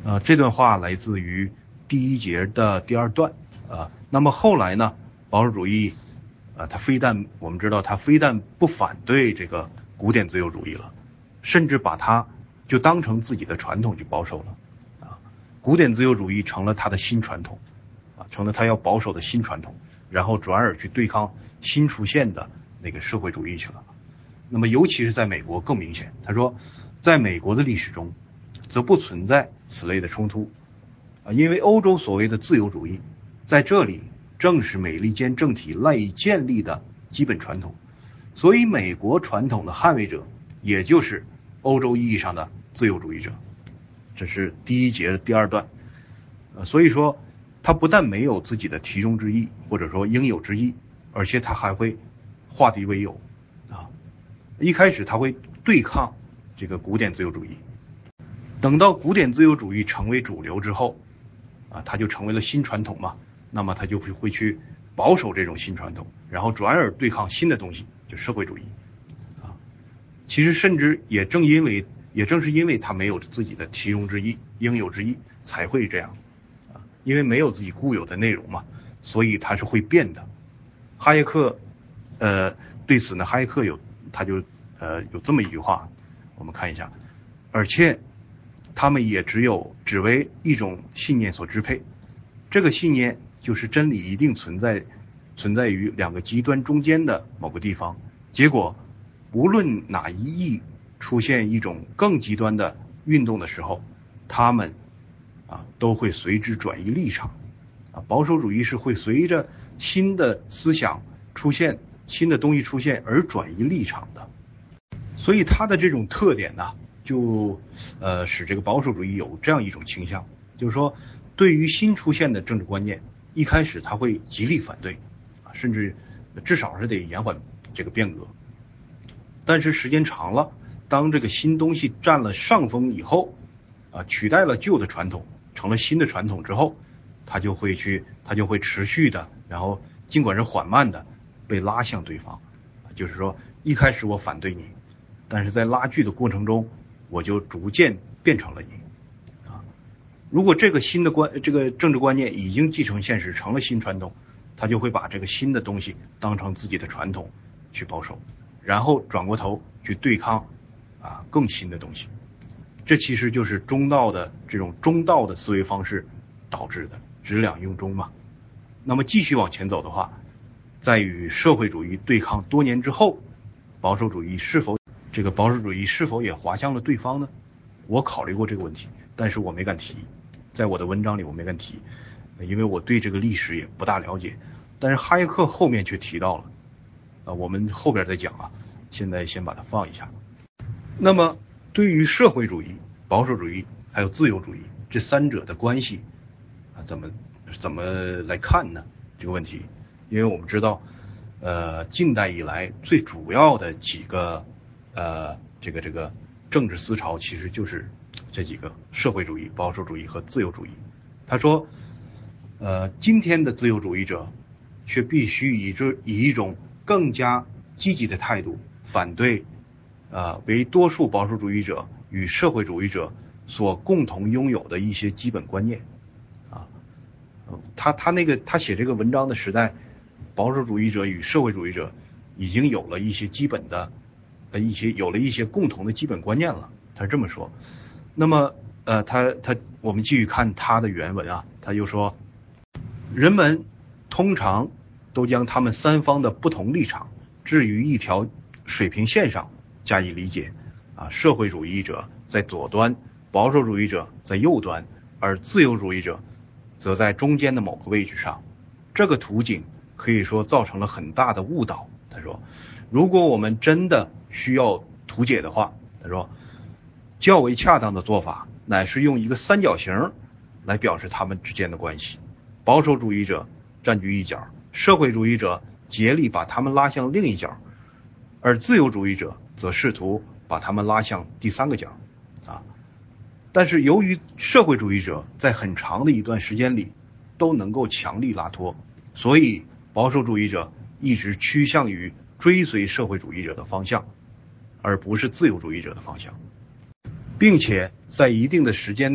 呃，这段话来自于第一节的第二段啊。那么后来呢，保守主义啊，他非但我们知道他非但不反对这个古典自由主义了，甚至把它就当成自己的传统去保守了啊。古典自由主义成了他的新传统啊，成了他要保守的新传统，然后转而去对抗新出现的那个社会主义去了。那么尤其是在美国更明显，他说在美国的历史中则不存在此类的冲突啊，因为欧洲所谓的自由主义在这里正是美利坚政体赖以建立的基本传统，所以美国传统的捍卫者也就是欧洲意义上的自由主义者。这是第一节的第二段呃，所以说他不但没有自己的题中之意或者说应有之意，而且他还会化敌为友啊。一开始他会对抗这个古典自由主义，等到古典自由主义成为主流之后啊，他就成为了新传统嘛，那么他就会会去保守这种新传统，然后转而对抗新的东西，就社会主义啊。其实甚至也正因为也正是因为他没有自己的题中之意应有之意才会这样啊，因为没有自己固有的内容嘛，所以他是会变的。哈耶克呃对此呢，哈耶克有他就呃有这么一句话，我们看一下，而且他们也只有只为一种信念所支配，这个信念就是真理一定存在存在于两个极端中间的某个地方，结果无论哪一翼出现一种更极端的运动的时候，他们啊都会随之转移立场啊。保守主义是会随着新的思想出现新的东西出现而转移立场的，所以它的这种特点呢，就呃使这个保守主义有这样一种倾向，就是说对于新出现的政治观念，一开始他会极力反对啊，甚至至少是得延缓这个变革。但是时间长了，当这个新东西占了上风以后啊，取代了旧的传统，成了新的传统之后，他就会去他就会持续的，然后尽管是缓慢的被拉向对方，就是说一开始我反对你，但是在拉锯的过程中，我就逐渐变成了你啊。如果这个新的观这个政治观念已经继承现实，成了新传统，他就会把这个新的东西当成自己的传统去保守，然后转过头去对抗啊更新的东西。这其实就是中道的这种中道的思维方式导致的，执两用中嘛。那么继续往前走的话，在与社会主义对抗多年之后，保守主义是否这个保守主义是否也滑向了对方呢？我考虑过这个问题，但是我没敢提，在我的文章里我没敢提，因为我对这个历史也不大了解。但是哈耶克后面却提到了啊，我们后边再讲啊，现在先把它放一下。那么对于社会主义、保守主义还有自由主义这三者的关系啊，怎么怎么来看呢？这个问题，因为我们知道，呃，近代以来最主要的几个呃这个这个政治思潮，其实就是这几个：社会主义、保守主义和自由主义。他说，呃，今天的自由主义者却必须以这以一种更加积极的态度反对。呃，为多数保守主义者与社会主义者所共同拥有的一些基本观念啊，他他那个他写这个文章的时代，保守主义者与社会主义者已经有了一些基本的呃一些有了一些共同的基本观念了，他是这么说。那么呃他他我们继续看他的原文啊，他又说，人们通常都将他们三方的不同立场置于一条水平线上加以理解啊，社会主义者在左端，保守主义者在右端，而自由主义者则在中间的某个位置上。这个图景可以说造成了很大的误导。他说，如果我们真的需要图解的话，他说较为恰当的做法乃是用一个三角形来表示他们之间的关系。保守主义者占据一角，社会主义者竭力把他们拉向另一角，而自由主义者则试图把他们拉向第三个角啊。但是由于社会主义者在很长的一段时间里都能够强力拉脱，所以保守主义者一直趋向于追随社会主义者的方向，而不是自由主义者的方向，并且在一定的时间内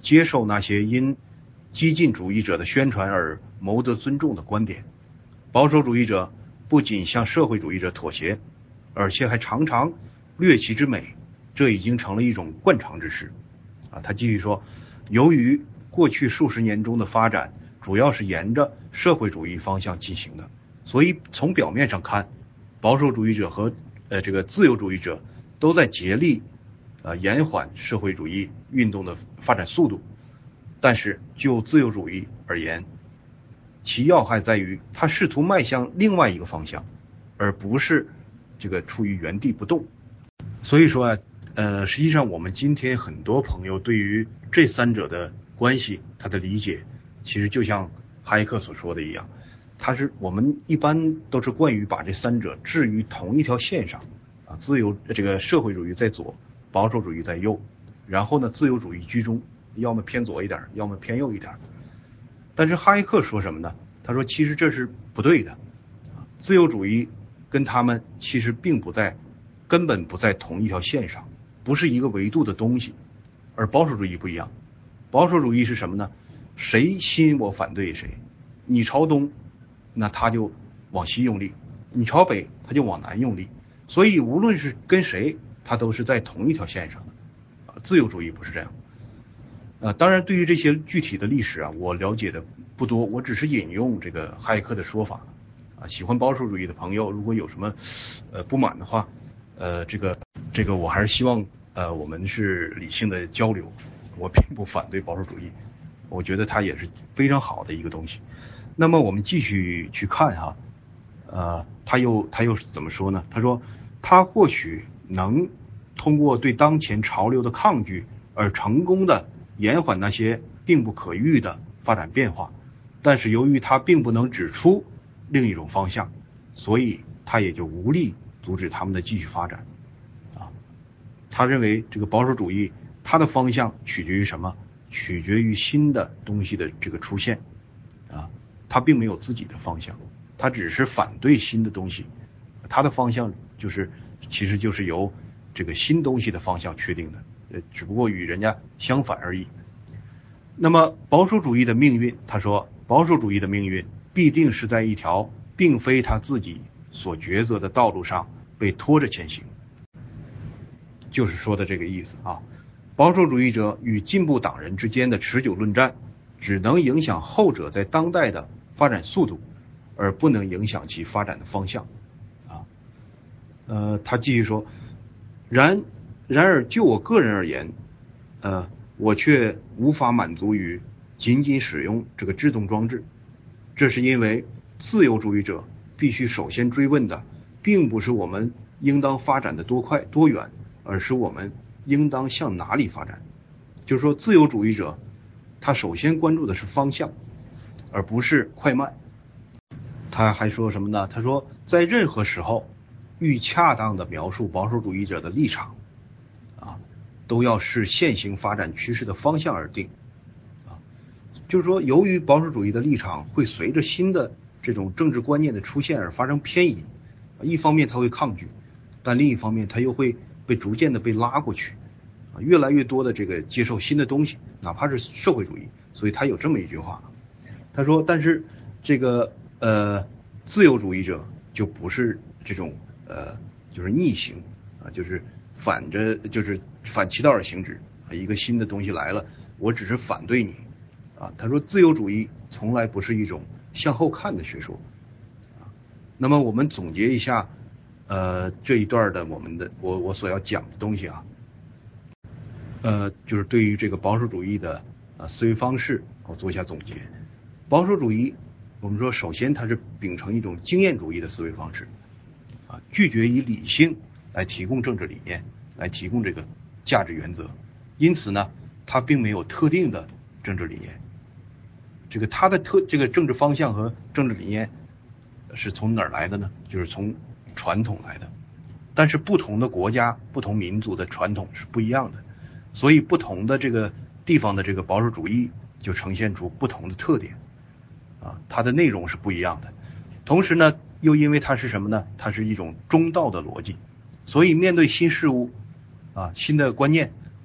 接受那些因激进主义者的宣传而谋得尊重的观点。保守主义者不仅向社会主义者妥协，而且还常常略其之美，这已经成了一种惯常之事。啊，他继续说，由于过去数十年中的发展主要是沿着社会主义方向进行的，所以从表面上看，保守主义者和呃这个自由主义者都在竭力呃延缓社会主义运动的发展速度。但是就自由主义而言，其要害在于它试图迈向另外一个方向，而不是这个处于原地不动。所以说啊，呃，实际上我们今天很多朋友对于这三者的关系，他的理解，其实就像哈耶克所说的一样，他是我们一般都是惯于把这三者置于同一条线上啊，自由这个社会主义在左，保守主义在右，然后呢，自由主义居中，要么偏左一点，要么偏右一点。但是哈耶克说什么呢？他说其实这是不对的，自由主义跟他们其实并不在根本不在同一条线上，不是一个维度的东西。而保守主义不一样，保守主义是什么呢？谁吸引我反对谁，你朝东，那他就往西用力，你朝北，他就往南用力。所以无论是跟谁，他都是在同一条线上的。自由主义不是这样。呃，当然对于这些具体的历史啊，我了解的不多，我只是引用这个哈耶克的说法啊。喜欢保守主义的朋友，如果有什么呃不满的话，呃，这个这个我还是希望呃我们是理性的交流。我并不反对保守主义，我觉得它也是非常好的一个东西。那么我们继续去看哈，呃，他又他又怎么说呢？他说他或许能通过对当前潮流的抗拒而成功的延缓那些并不可预的发展变化，但是由于他并不能指出另一种方向，所以他也就无力阻止他们的继续发展。啊，他认为这个保守主义它的方向取决于什么？取决于新的东西的这个出现。啊，他并没有自己的方向，他只是反对新的东西，他的方向就是其实就是由这个新东西的方向确定的。呃，只不过与人家相反而已。那么保守主义的命运，他说保守主义的命运必定是在一条并非他自己所抉择的道路上被拖着前行，就是说的这个意思啊。保守主义者与进步党人之间的持久论战，只能影响后者在当代的发展速度，而不能影响其发展的方向。啊，呃，他继续说，然然而就我个人而言，呃，我却无法满足于仅仅使用这个制动装置。这是因为自由主义者必须首先追问的，并不是我们应当发展的多快多远，而是我们应当向哪里发展。就是说，自由主义者他首先关注的是方向，而不是快慢。他还说什么呢？他说，在任何时候，欲恰当的描述保守主义者的立场啊，都要视现行发展趋势的方向而定。啊，就是说，由于保守主义的立场会随着新的这种政治观念的出现而发生偏移，一方面他会抗拒，但另一方面他又会被逐渐的被拉过去，啊，越来越多的这个接受新的东西，哪怕是社会主义。所以他有这么一句话，他说，但是这个呃自由主义者就不是这种呃就是逆行啊，就是反着就是反其道而行之啊，一个新的东西来了，我只是反对你啊。他说自由主义从来不是一种向后看的学说啊。那么我们总结一下呃这一段的我们的我我所要讲的东西啊，呃就是对于这个保守主义的啊思维方式，我做一下总结。保守主义我们说首先它是秉承一种经验主义的思维方式啊，拒绝以理性来提供政治理念，来提供这个价值原则。因此呢，它并没有特定的政治理念。这个它的特这个政治方向和政治理念是从哪儿来的呢？就是从传统来的。但是不同的国家、不同民族的传统是不一样的，所以不同的这个地方的这个保守主义就呈现出不同的特点啊，它的内容是不一样的。同时呢，又因为它是什么呢？它是一种中道的逻辑，所以面对新事物啊、新的观念，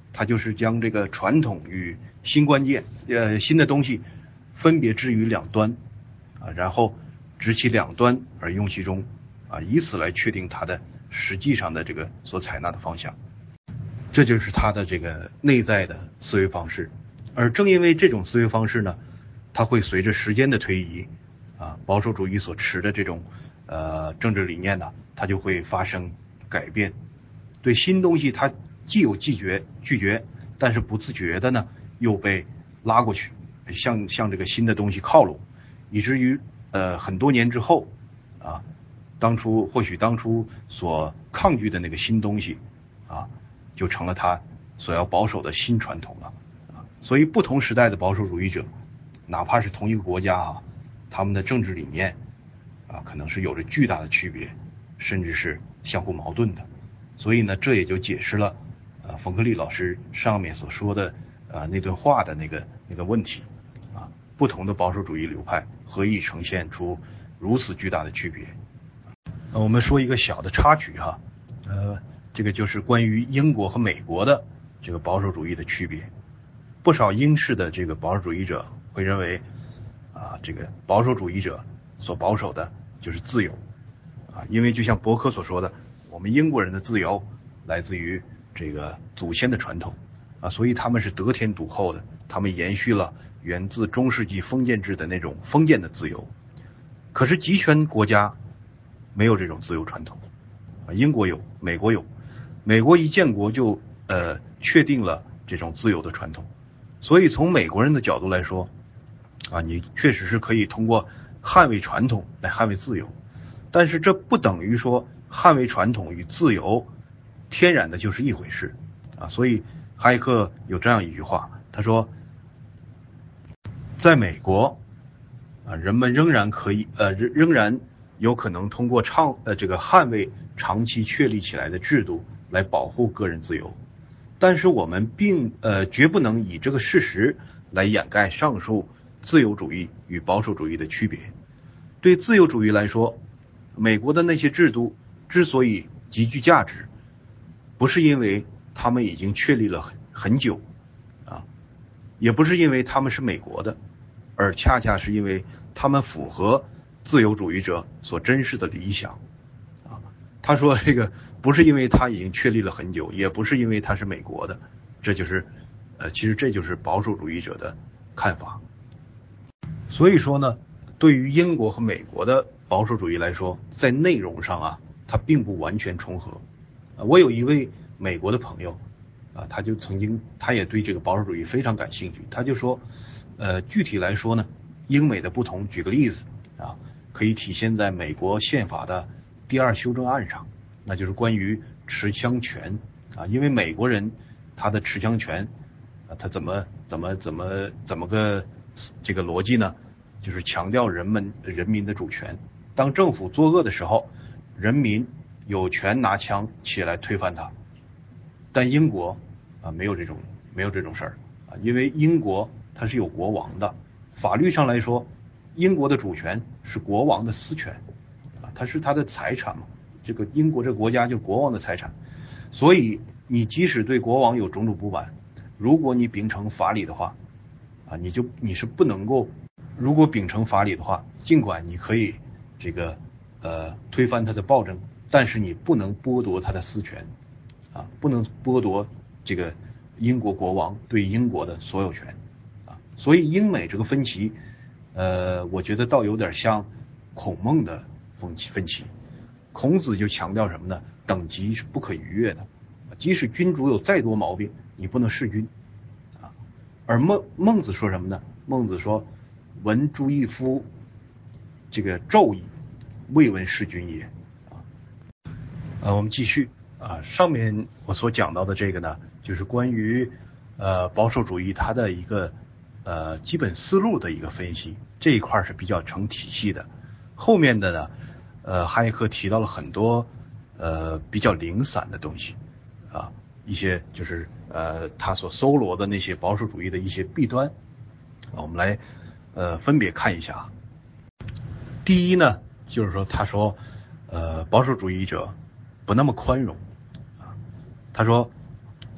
他就是将这个传统与新关键呃新的东西分别置于两端啊，然后执其两端而用其中啊，以此来确定它的实际上的这个所采纳的方向。这就是他的这个内在的思维方式。而正因为这种思维方式呢，它会随着时间的推移啊，保守主义所持的这种呃政治理念呢，它就会发生改变。对新东西它既有拒绝拒绝，但是不自觉的呢又被拉过去，向向这个新的东西靠拢，以至于呃很多年之后啊，当初或许当初所抗拒的那个新东西啊，就成了他所要保守的新传统了啊。所以不同时代的保守主义者，哪怕是同一个国家啊，他们的政治理念啊可能是有着巨大的区别，甚至是相互矛盾的。所以呢，这也就解释了呃冯克利老师上面所说的呃那段话的那个那个问题啊，不同的保守主义流派何以呈现出如此巨大的区别？呃、我们说一个小的插曲哈，呃，这个就是关于英国和美国的这个保守主义的区别。不少英式的这个保守主义者会认为啊，这个保守主义者所保守的就是自由啊，因为就像伯克所说的，我们英国人的自由来自于这个祖先的传统啊，所以他们是得天独厚的，他们延续了源自中世纪封建制的那种封建的自由。可是集权国家没有这种自由传统啊，英国有，美国有，美国一建国就呃确定了这种自由的传统。所以从美国人的角度来说啊，你确实是可以通过捍卫传统来捍卫自由，但是这不等于说捍卫传统与自由天然的就是一回事啊。所以哈耶克有这样一句话，他说，在美国啊，人们仍然可以呃仍然有可能通过倡呃这个捍卫长期确立起来的制度来保护个人自由，但是我们并呃绝不能以这个事实来掩盖上述自由主义与保守主义的区别。对自由主义来说，美国的那些制度之所以极具价值，不是因为他们已经确立了很很久啊，也不是因为他们是美国的，而恰恰是因为他们符合自由主义者所珍视的理想啊。他说这个不是因为他已经确立了很久，也不是因为他是美国的，这就是呃其实这就是保守主义者的看法。所以说呢，对于英国和美国的保守主义来说，在内容上啊，它并不完全重合。啊，我有一位美国的朋友啊，他就曾经他也对这个保守主义非常感兴趣，他就说呃具体来说呢，英美的不同，举个例子啊，可以体现在美国宪法的第二修正案上，那就是关于持枪权啊。因为美国人他的持枪权啊，他怎么怎么怎么怎么个这个逻辑呢？就是强调人们人民的主权，当政府作恶的时候，人民有权拿枪起来推翻它。但英国啊没有这种没有这种事儿啊，因为英国它是有国王的，法律上来说，英国的主权是国王的私权啊，它是他的财产嘛，这个英国这个国家就是国王的财产，所以你即使对国王有种种不满，如果你秉承法理的话啊，你就你是不能够，如果秉承法理的话，尽管你可以这个呃推翻他的暴政，但是你不能剥夺他的私权啊，不能剥夺这个英国国王对英国的所有权啊。所以英美这个分歧，呃，我觉得倒有点像孔孟的分歧分歧。孔子就强调什么呢？等级是不可逾越的，即使君主有再多毛病，你不能弑君啊。而孟孟子说什么呢？孟子说：“闻朱一夫这个骤矣，未闻弑君也。”啊，呃，我们继续啊，上面我所讲到的这个呢，就是关于呃保守主义它的一个呃基本思路的一个分析，这一块是比较成体系的。后面的呢，呃，哈耶克提到了很多呃比较零散的东西啊，一些就是呃他所搜罗的那些保守主义的一些弊端啊，我们来呃分别看一下啊。第一呢，就是说他说呃保守主义者不那么宽容啊，他说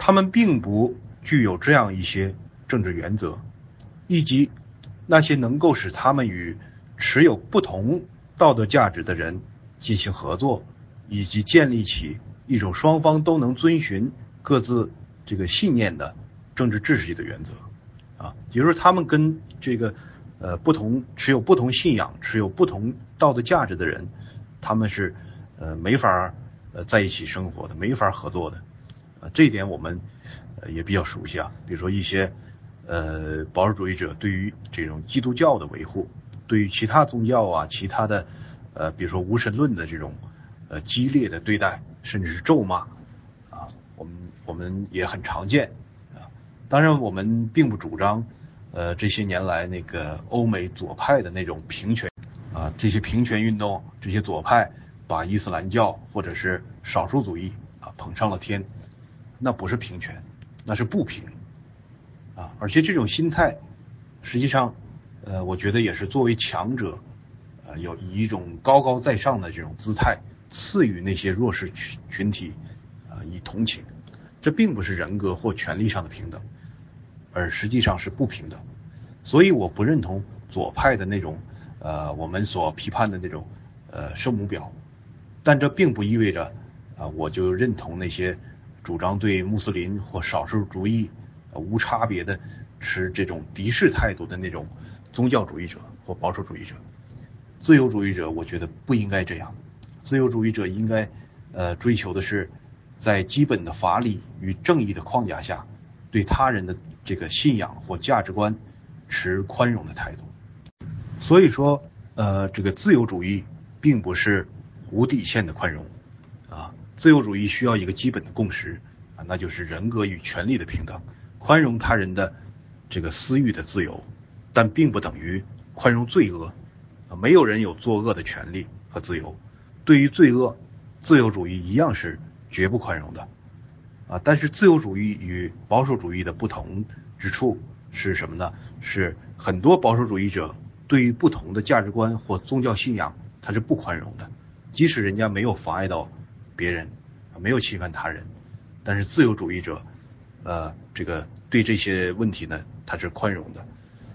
他们并不具有这样一些政治原则，以及那些能够使他们与持有不同道德价值的人进行合作，以及建立起一种双方都能遵循各自这个信念的政治秩序的原则啊，也就是他们跟这个呃不同持有不同信仰、持有不同道德价值的人，他们是呃没法呃在一起生活的，没法合作的啊，这一点我们呃也比较熟悉啊，比如说一些呃保守主义者对于这种基督教的维护，对于其他宗教啊、其他的呃比如说无神论的这种呃激烈的对待，甚至是咒骂啊，我们我们也很常见啊。当然，我们并不主张呃这些年来那个欧美左派的那种平权啊，这些平权运动，这些左派把伊斯兰教或者是少数主义啊捧上了天，那不是平权，那是不平啊。而且这种心态，实际上呃我觉得也是作为强者，呃有以一种高高在上的这种姿态赐予那些弱势群群体啊以同情，这并不是人格或权利上的平等，而实际上是不平等。所以我不认同左派的那种呃我们所批判的那种呃圣母婊，但这并不意味着啊、呃、我就认同那些主张对穆斯林或少数主义、呃、无差别的持这种敌视态度的那种宗教主义者或保守主义者。自由主义者我觉得不应该这样，自由主义者应该呃追求的是在基本的法理与正义的框架下，对他人的这个信仰或价值观持宽容的态度。所以说呃这个自由主义并不是无底线的宽容啊，自由主义需要一个基本的共识啊，那就是人格与权利的平等，宽容他人的这个私欲的自由，但并不等于宽容罪恶啊，没有人有作恶的权利和自由，对于罪恶，自由主义一样是绝不宽容的啊。但是自由主义与保守主义的不同之处是什么呢？是很多保守主义者对于不同的价值观或宗教信仰，他是不宽容的，即使人家没有妨碍到别人，没有侵犯他人，但是自由主义者，呃，这个对这些问题呢，他是宽容的。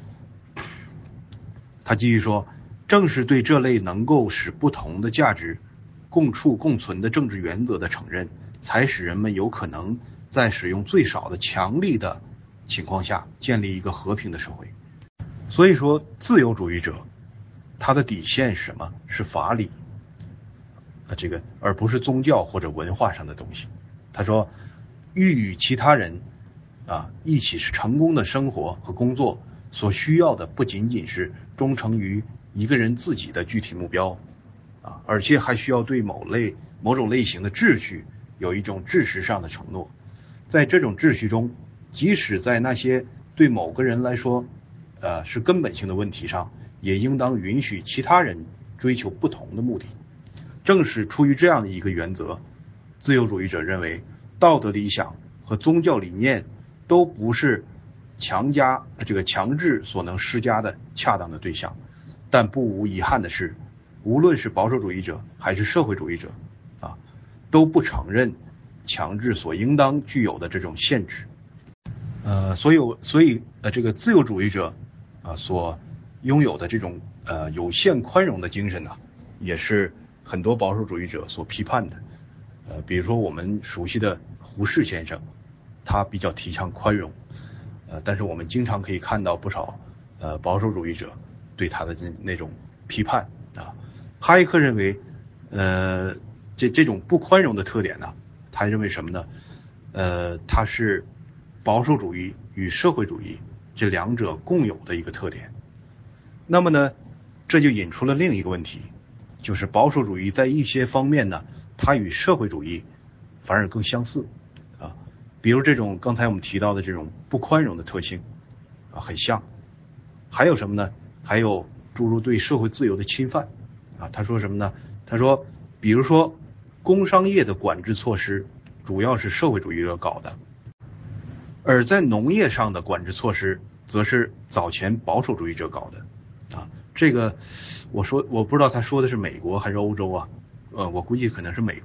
他继续说，正是对这类能够使不同的价值共处共存的政治原则的承认，才使人们有可能在使用最少的强力的情况下建立一个和平的社会。所以说，自由主义者他的底线是什么？是法理啊，这个而不是宗教或者文化上的东西。他说，欲与其他人啊一起是成功的生活和工作所需要的，不仅仅是忠诚于一个人自己的具体目标啊，而且还需要对某类某种类型的秩序有一种事实上的承诺。在这种秩序中，即使在那些对某个人来说呃是根本性的问题上，也应当允许其他人追求不同的目的。正是出于这样的一个原则，自由主义者认为道德理想和宗教理念都不是强加这个强制所能施加的恰当的对象。但不无遗憾的是，无论是保守主义者还是社会主义者啊，都不承认强制所应当具有的这种限制。呃，所以所以呃这个自由主义者啊所拥有的这种呃有限宽容的精神呢、啊，也是很多保守主义者所批判的。呃，比如说我们熟悉的胡适先生，他比较提倡宽容，呃，但是我们经常可以看到不少呃保守主义者对他的那那种批判啊。哈耶克认为，呃，这这种不宽容的特点呢，他认为什么呢？呃，它是保守主义与社会主义这两者共有的一个特点。那么呢，这就引出了另一个问题，就是保守主义在一些方面呢，它与社会主义反而更相似啊，比如这种刚才我们提到的这种不宽容的特性啊，很像。还有什么呢？还有诸如对社会自由的侵犯啊。他说什么呢？他说，比如说工商业的管制措施主要是社会主义者搞的，而在农业上的管制措施则是早前保守主义者搞的啊。这个我说我不知道他说的是美国还是欧洲啊，呃，我估计可能是美国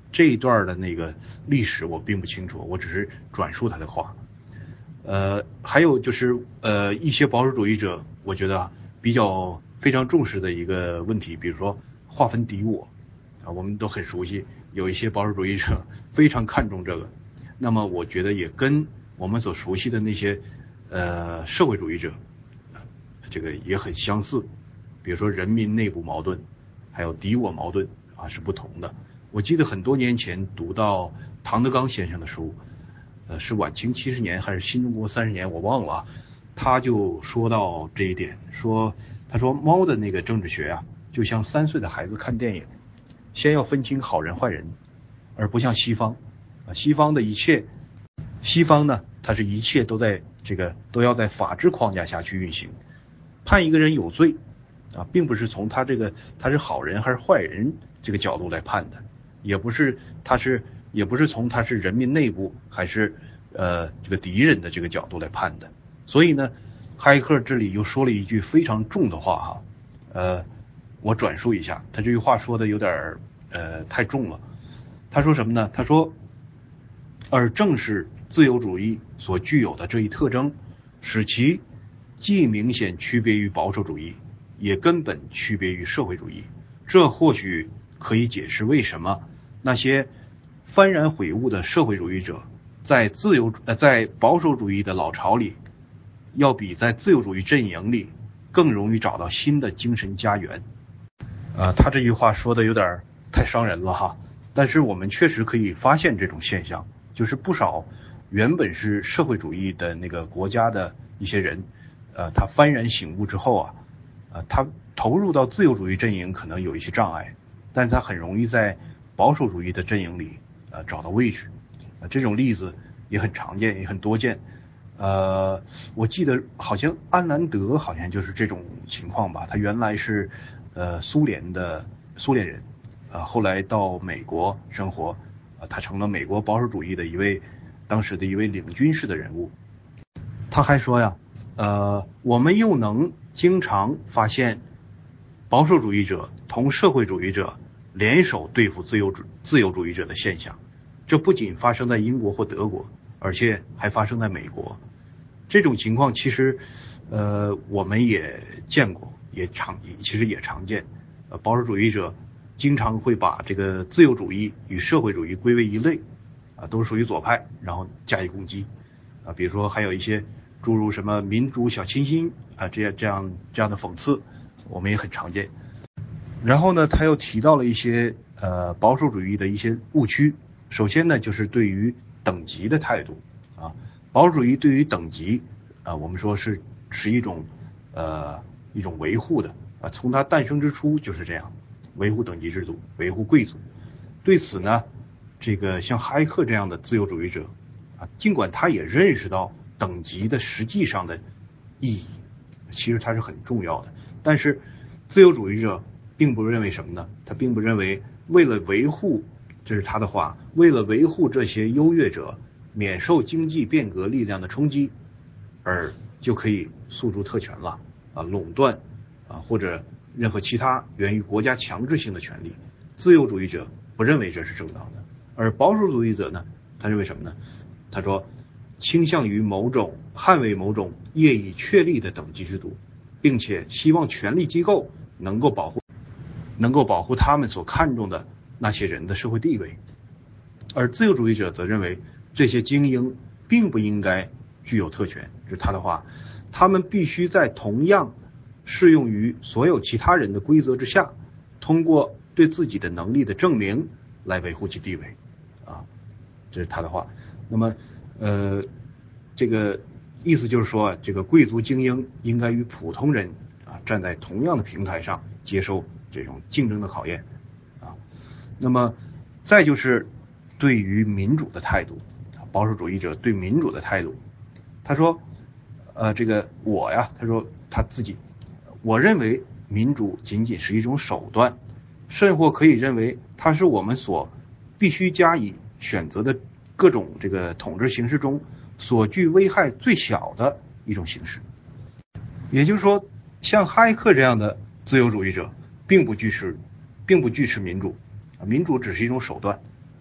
这一段的那个历史我并不清楚，我只是转述他的话。呃，还有就是呃一些保守主义者，我觉得比较非常重视的一个问题，比如说划分敌我啊，我们都很熟悉，有一些保守主义者非常看重这个。那么我觉得也跟我们所熟悉的那些呃社会主义者这个也很相似，比如说人民内部矛盾还有敌我矛盾啊是不同的。我记得很多年前读到唐德刚先生的书，呃是晚清七十年还是新中国三十年我忘了啊，他就说到这一点，说他说猫的那个政治学啊就像三岁的孩子看电影，先要分清好人坏人，而不像西方啊，西方的一切西方呢它是一切都在这个都要在法治框架下去运行，判一个人有罪啊，并不是从他这个他是好人还是坏人这个角度来判的，也不是他是也不是从他是人民内部还是呃这个敌人的这个角度来判的。所以呢，哈耶克这里又说了一句非常重的话哈，呃，我转述一下，他这句话说的有点呃太重了。他说什么呢？他说，而正是自由主义所具有的这一特征，使其既明显区别于保守主义，也根本区别于社会主义。这或许可以解释为什么那些幡然悔悟的社会主义者在自由呃在保守主义的老巢里，要比在自由主义阵营里更容易找到新的精神家园。啊、呃，他这句话说的有点太伤人了哈，但是我们确实可以发现这种现象，就是不少原本是社会主义的那个国家的一些人，呃，他幡然醒悟之后啊，呃，他投入到自由主义阵营可能有一些障碍，但是他很容易在保守主义的阵营里呃找到位置，呃，这种例子也很常见，也很多见。呃，我记得好像安兰德好像就是这种情况吧，他原来是呃苏联的苏联人，啊、呃，后来到美国生活，啊、呃，他成了美国保守主义的一位当时的一位领军式的人物。他还说呀，呃，我们又能经常发现保守主义者同社会主义者联手对付自由主自由主义者的现象，这不仅发生在英国或德国，而且还发生在美国。这种情况其实呃我们也见过，也常其实也常见。呃保守主义者经常会把这个自由主义与社会主义归为一类，啊，都是属于左派，然后加以攻击。啊，比如说还有一些诸如什么民主小清新啊，这样这样这样的讽刺，我们也很常见。然后呢，他又提到了一些呃保守主义的一些误区。首先呢，就是对于等级的态度啊，保守主义对于等级啊，我们说是是一种呃一种维护的啊，从它诞生之初就是这样，维护等级制度，维护贵族。对此呢，这个像哈耶克这样的自由主义者啊，尽管他也认识到等级的实际上的意义，其实它是很重要的，但是自由主义者并不认为什么呢？他并不认为为了维护，这是他的话，为了维护这些优越者免受经济变革力量的冲击，而就可以诉诸特权了啊，垄断啊，或者任何其他源于国家强制性的权利。自由主义者不认为这是正当的，而保守主义者呢，他认为什么呢？他说倾向于某种捍卫某种业已确立的等级制度，并且希望权力机构能够保护能够保护他们所看重的那些人的社会地位。而自由主义者则认为这些精英并不应该具有特权，这是他的话，他们必须在同样适用于所有其他人的规则之下，通过对自己的能力的证明来维护其地位啊，这是他的话。那么呃这个意思就是说，这个贵族精英应该与普通人啊站在同样的平台上，接受这种竞争的考验啊。那么再就是对于民主的态度，保守主义者对民主的态度，他说呃这个我呀，他说他自己，我认为民主仅仅是一种手段，甚或可以认为它是我们所必须加以选择的各种这个统治形式中所具危害最小的一种形式。也就是说，像哈耶克这样的自由主义者并不拒持并不拒持民主，民主只是一种手段，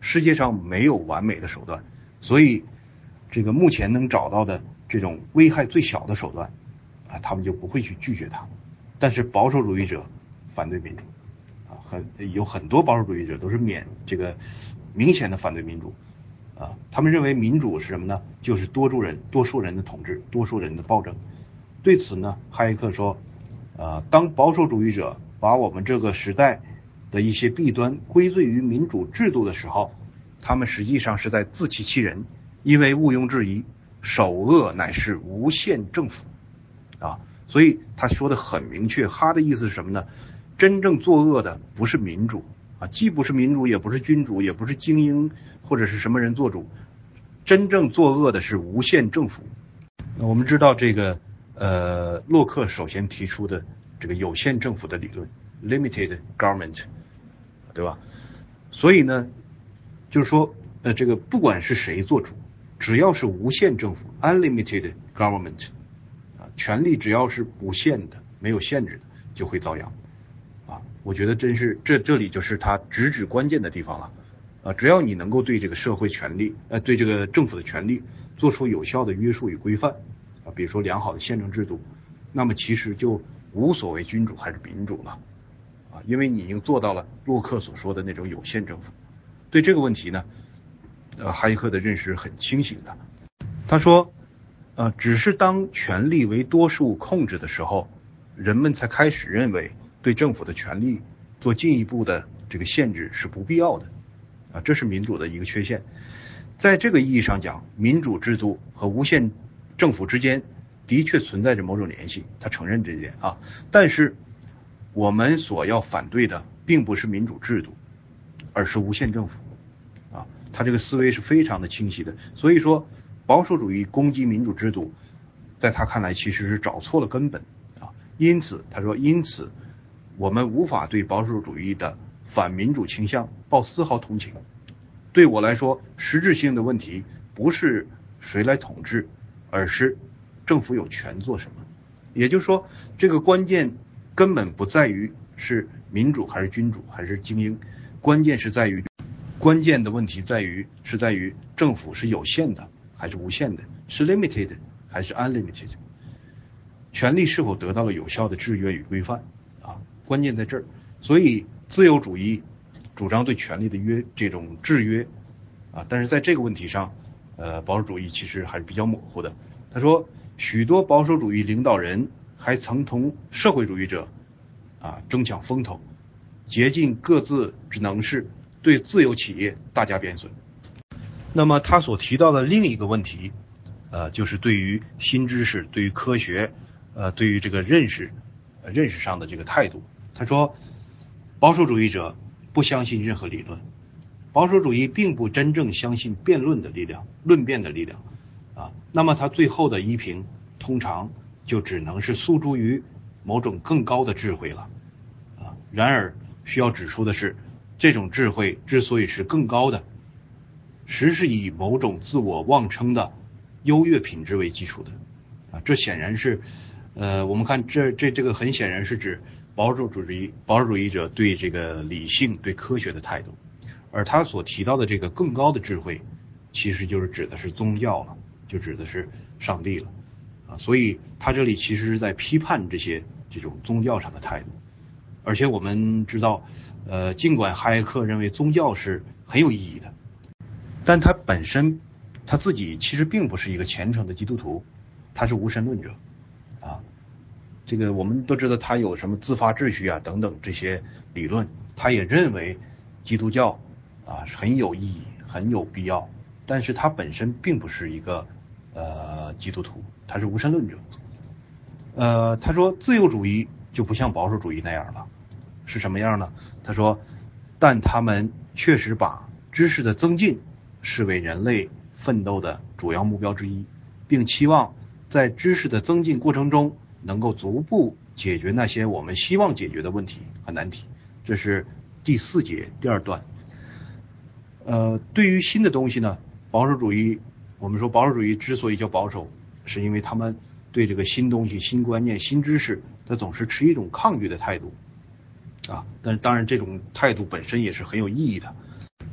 世界上没有完美的手段，所以这个目前能找到的这种危害最小的手段啊，他们就不会去拒绝它。但是保守主义者反对民主啊，很有很多保守主义者都是免这个明显的反对民主啊，他们认为民主是什么呢？就是多数人多数人的统治，多数人的暴政。对此呢，哈耶克说，呃，当保守主义者把我们这个时代的一些弊端归罪于民主制度的时候，他们实际上是在自欺欺人，因为毋庸置疑，首恶乃是无限政府啊。所以他说的很明确，哈的意思是什么呢？真正作恶的不是民主啊，既不是民主，也不是君主，也不是精英或者是什么人做主，真正作恶的是无限政府。我们知道这个呃，洛克首先提出的这个有限政府的理论 ，limited government， 对吧？所以呢，就是说，呃，这个不管是谁做主，只要是无限政府 （unlimited government）， 啊，权力只要是无限的、没有限制的，就会遭殃。啊，我觉得真是这这里就是他直指关键的地方了。啊，只要你能够对这个社会权力，呃，对这个政府的权力做出有效的约束与规范，啊，比如说良好的宪政制度，那么其实就无所谓君主还是民主了，啊，因为你已经做到了洛克所说的那种有限政府。对这个问题呢，呃，哈耶克的认识很清醒的。他说，呃，只是当权力为多数控制的时候，人们才开始认为对政府的权力做进一步的这个限制是不必要的。啊，这是民主的一个缺陷。在这个意义上讲，民主制度和无限政府之间的确存在着某种联系，他承认这一点啊。但是我们所要反对的并不是民主制度，而是无限政府啊。他这个思维是非常的清晰的。所以说，保守主义攻击民主制度，在他看来其实是找错了根本啊。因此，他说，因此我们无法对保守主义的反民主倾向抱丝毫同情。对我来说，实质性的问题不是谁来统治，而是政府有权做什么。也就是说，这个关键根本不在于是民主还是君主还是精英，关键是在于关键的问题在于是在于政府是有限的还是无限的，是 limited 还是 unlimited， 权力是否得到了有效的制约与规范啊，关键在这儿。所以自由主义主张对权力的约这种制约啊，但是在这个问题上，呃，保守主义其实还是比较模糊的。他说，许多保守主义领导人还曾同社会主义者啊争抢风头，竭尽各自之能事，对自由企业大加贬损。那么他所提到的另一个问题，呃，就是对于新知识、对于科学、呃，对于这个认识、呃、认识上的这个态度。他说，保守主义者不相信任何理论，保守主义并不真正相信辩论的力量、论辩的力量啊。那么他最后的依凭，通常就只能是诉诸于某种更高的智慧了啊。然而需要指出的是，这种智慧之所以是更高的，实是以某种自我妄称的优越品质为基础的啊。这显然是，呃，我们看这这这个很显然是指保守主义保守主义者对这个理性、对科学的态度，而他所提到的这个更高的智慧，其实就是指的是宗教了，就指的是上帝了啊。所以他这里其实是在批判这些这种宗教上的态度。而且我们知道，呃，尽管哈耶克认为宗教是很有意义的，但他本身他自己其实并不是一个虔诚的基督徒，他是无神论者啊。这个我们都知道他有什么自发秩序啊等等这些理论，他也认为基督教啊是很有意义、很有必要，但是他本身并不是一个呃基督徒，他是无神论者。呃，他说自由主义就不像保守主义那样了，是什么样呢？他说，但他们确实把知识的增进视为人类奋斗的主要目标之一，并期望在知识的增进过程中能够逐步解决那些我们希望解决的问题和难题。这是第四节第二段。呃，对于新的东西呢，保守主义，我们说保守主义之所以叫保守，是因为他们对这个新东西、新观念、新知识，他总是持一种抗拒的态度啊。但是当然，这种态度本身也是很有意义的。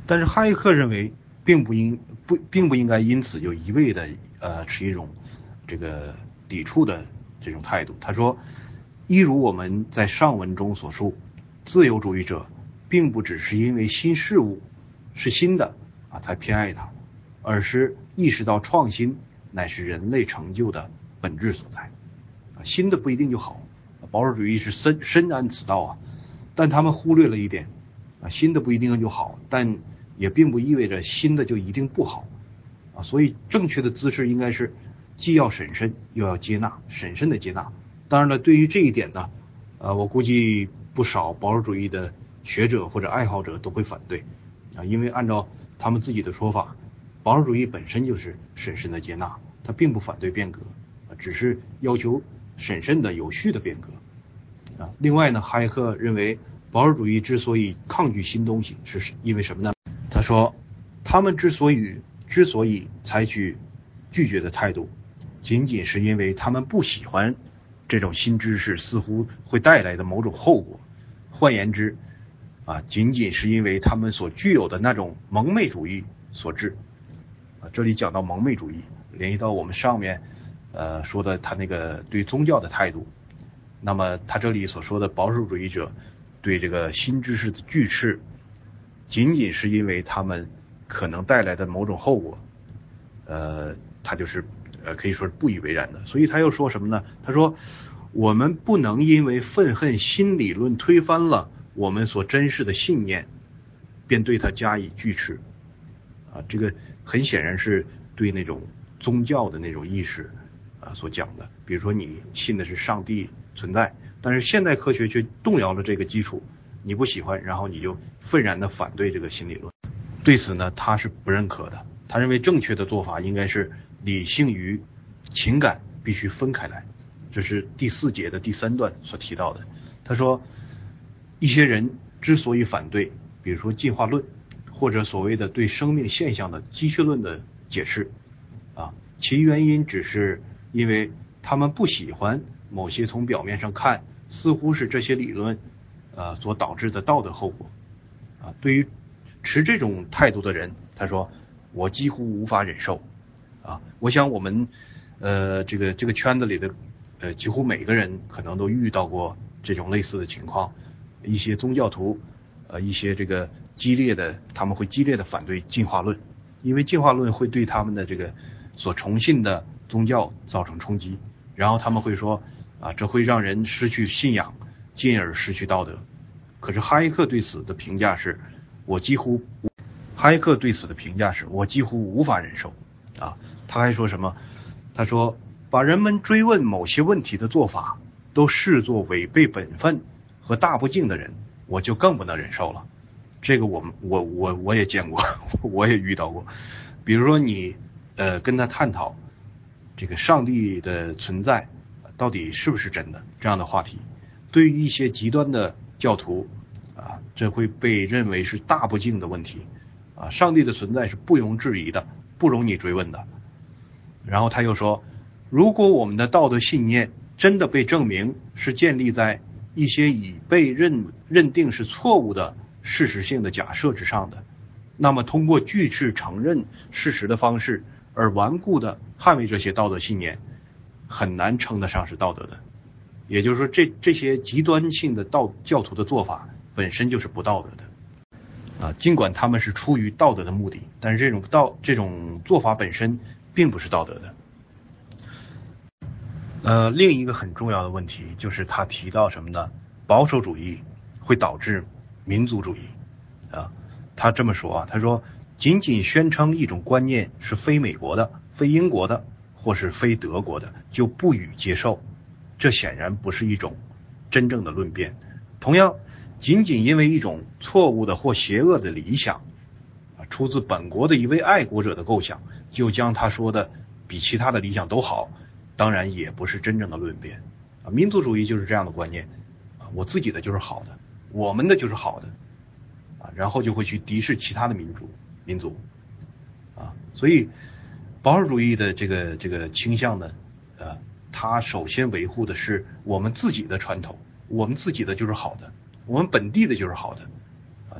但是哈耶克认为，并不应不并不应该因此就一味的呃持一种这个抵触的这种态度。他说，一如我们在上文中所述，自由主义者并不只是因为新事物是新的啊才偏爱它，而是意识到创新乃是人类成就的本质所在。啊，新的不一定就好，保守主义是深深谙此道啊，但他们忽略了一点啊，新的不一定就好，但也并不意味着新的就一定不好啊。所以正确的姿势应该是既要审慎又要接纳，审慎的接纳。当然了，对于这一点呢，呃，我估计不少保守主义的学者或者爱好者都会反对啊，因为按照他们自己的说法，保守主义本身就是审慎的接纳，它并不反对变革啊，只是要求审慎的有序的变革啊。另外呢，哈耶克认为保守主义之所以抗拒新东西，是因为什么呢？他说，他们之所以之所以采取拒绝的态度，仅仅是因为他们不喜欢这种新知识似乎会带来的某种后果。换言之啊，仅仅是因为他们所具有的那种蒙昧主义所致啊。这里讲到蒙昧主义，联系到我们上面呃说的他那个对宗教的态度。那么他这里所说的保守主义者对这个新知识的拒斥，仅仅是因为他们可能带来的某种后果，呃，他就是呃可以说是不以为然的。所以他又说什么呢？他说，我们不能因为愤恨新理论推翻了我们所珍视的信念，便对它加以拒斥。啊，这个很显然是对那种宗教的那种意识啊所讲的。比如说你信的是上帝存在，但是现代科学却动摇了这个基础，你不喜欢，然后你就愤然的反对这个新理论。对此呢，他是不认可的。他认为正确的做法应该是理性与情感必须分开来。这是第四节的第三段所提到的。他说，一些人之所以反对，比如说进化论，或者所谓的对生命现象的机械论的解释啊，其原因只是因为他们不喜欢某些从表面上看似乎是这些理论呃所导致的道德后果啊。对于持这种态度的人，他说我几乎无法忍受啊。我想我们呃这个这个圈子里的呃几乎每个人可能都遇到过这种类似的情况，一些宗教徒呃一些这个激烈的他们会激烈的反对进化论，因为进化论会对他们的这个所崇信的宗教造成冲击，然后他们会说啊这会让人失去信仰，进而失去道德。可是哈耶克对此的评价是，我几乎哈耶克对此的评价是我几乎无法忍受啊。他还说什么？他说，把人们追问某些问题的做法都视作违背本分和大不敬的人，我就更不能忍受了。这个我们我我我也见过，我也遇到过。比如说你呃跟他探讨这个上帝的存在到底是不是真的这样的话题，对于一些极端的教徒啊，这会被认为是大不敬的问题啊。上帝的存在是不容置疑的，不容你追问的。然后他又说，如果我们的道德信念真的被证明是建立在一些已被认认定是错误的事实性的假设之上的，那么通过拒斥承认事实的方式而顽固的捍卫这些道德信念，很难称得上是道德的。也就是说，这这些极端性的道教徒的做法本身就是不道德的啊，尽管他们是出于道德的目的，但是这种道这种做法本身并不是道德的。呃，另一个很重要的问题就是他提到什么呢？保守主义会导致民族主义啊。他这么说啊，他说仅仅宣称一种观念是非美国的、非英国的或是非德国的，就不予接受，这显然不是一种真正的论辩。同样，仅仅因为一种错误的或邪恶的理想啊，出自本国的一位爱国者的构想，就将他说的比其他的理想都好，当然也不是真正的论辩啊。民族主义就是这样的观念啊，我自己的就是好的，我们的就是好的啊，然后就会去敌视其他的民族民族啊。所以保守主义的这个这个倾向呢，呃，它首先维护的是我们自己的传统，我们自己的就是好的，我们本地的就是好的啊。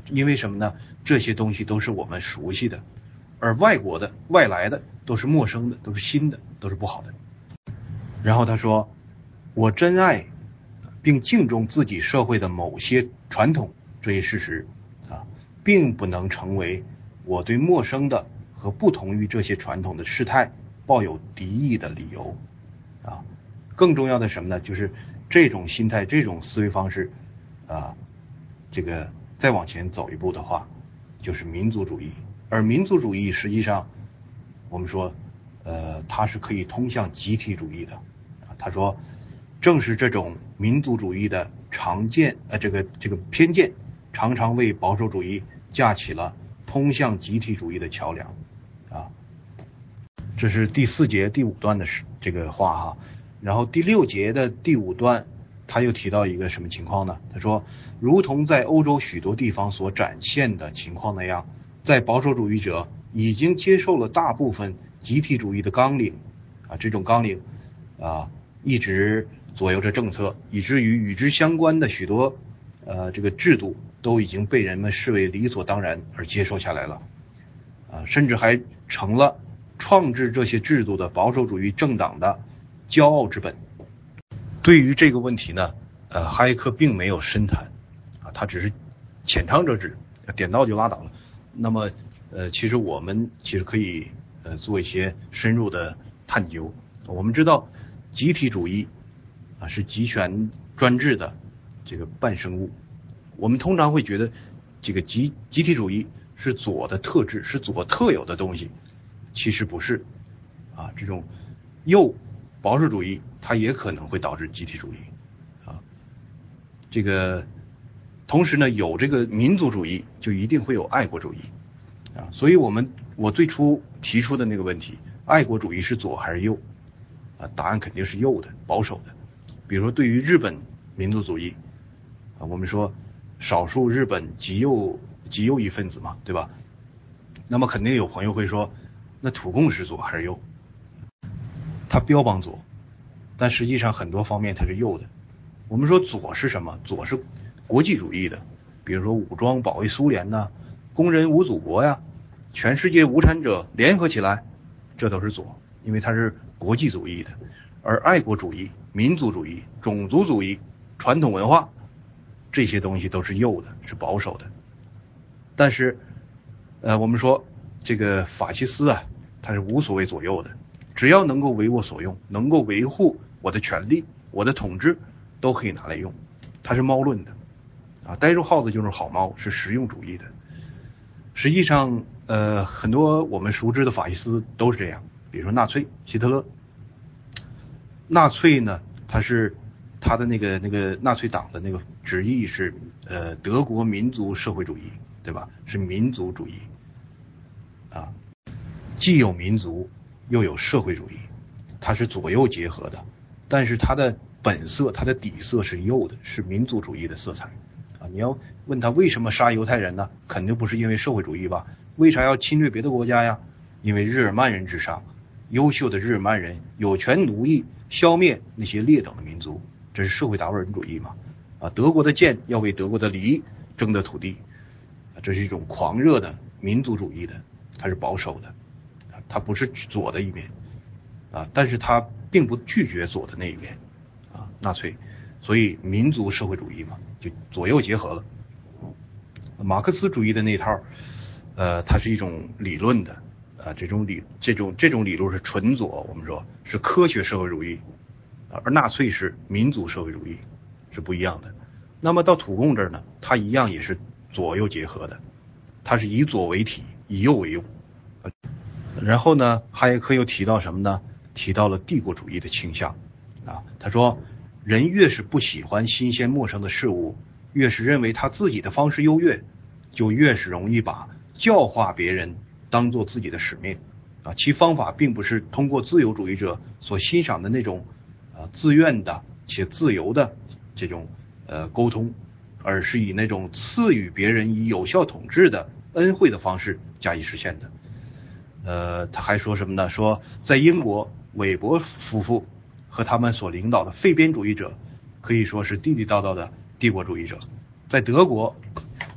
因为什么呢？这些东西都是我们熟悉的，而外国的、外来的都是陌生的，都是新的，都是不好的。然后他说，我珍爱并敬重自己社会的某些传统这一事实啊，并不能成为我对陌生的和不同于这些传统的事态抱有敌意的理由啊。更重要的什么呢？就是这种心态、这种思维方式啊，这个再往前走一步的话，就是民族主义。而民族主义实际上，我们说，呃，它是可以通向集体主义的。他说，正是这种民族主义的常见，呃，这个这个偏见，常常为保守主义架起了通向集体主义的桥梁，啊，这是第四节第五段的这个话哈。然后第六节的第五段，他又提到一个什么情况呢？他说，如同在欧洲许多地方所展现的情况那样，在保守主义者已经接受了大部分集体主义的纲领，啊，这种纲领，啊。一直左右着政策，以至于与之相关的许多呃这个制度都已经被人们视为理所当然而接受下来了，啊，甚至还成了创制这些制度的保守主义政党的骄傲之本。对于这个问题呢，呃，哈耶克并没有深谈，啊，他只是浅尝辄止，点到就拉倒了。那么，呃，其实我们其实可以呃做一些深入的探究。我们知道。集体主义啊是集权专制的这个半生物，我们通常会觉得这个集集体主义是左的特质，是左特有的东西，其实不是啊。这种右保守主义它也可能会导致集体主义啊。这个同时呢，有这个民族主义就一定会有爱国主义啊。所以我们我最初提出的那个问题，爱国主义是左还是右？答案肯定是右的，保守的。比如说对于日本民族主义啊，我们说少数日本极右极右翼分子嘛，对吧？那么肯定有朋友会说，那土共是左还是右？他标榜左，但实际上很多方面它是右的。我们说左是什么？左是国际主义的，比如说武装保卫苏联呐，工人无祖国呀，全世界无产者联合起来，这都是左，因为它是国际主义的。而爱国主义、民族主义、种族主义、传统文化这些东西都是右的，是保守的。但是呃我们说这个法西斯啊，它是无所谓左右的，只要能够为我所用，能够维护我的权利、我的统治，都可以拿来用。它是猫论的啊，逮住耗子就是好猫，是实用主义的。实际上呃很多我们熟知的法西斯都是这样，比如说纳粹希特勒。纳粹呢，他是他的那个那个纳粹党的那个旨意是呃德国民族社会主义，对吧？是民族主义啊，既有民族又有社会主义，它是左右结合的。但是它的本色、它的底色是右的，是民族主义的色彩啊。你要问他为什么杀犹太人呢？肯定不是因为社会主义吧？为啥要侵略别的国家呀？因为日耳曼人之上。优秀的日耳曼人有权奴役、消灭那些劣等的民族，这是社会达尔文主义嘛？啊，德国的剑要为德国的梨争得土地，啊，这是一种狂热的民族主义的，它是保守的，啊，它不是左的一面，啊，但是它并不拒绝左的那一面，啊，纳粹，所以民族社会主义嘛，就左右结合了。马克思主义的那套，呃，它是一种理论的。啊，这种理这种这种理论是纯左，我们说是科学社会主义，而纳粹是民族社会主义，是不一样的。那么到土共这儿呢，它一样也是左右结合的，它是以左为体，以右为用。然后呢，哈耶克又提到什么呢？提到了帝国主义的倾向啊。他说，人越是不喜欢新鲜陌生的事物，越是认为他自己的方式优越，就越是容易把教化别人当做自己的使命啊，其方法并不是通过自由主义者所欣赏的那种啊自愿的且自由的这种呃沟通，而是以那种赐予别人以有效统治的恩惠的方式加以实现的。呃，他还说什么呢？说在英国，韦伯夫妇和他们所领导的废边主义者可以说是地地道道的帝国主义者；在德国，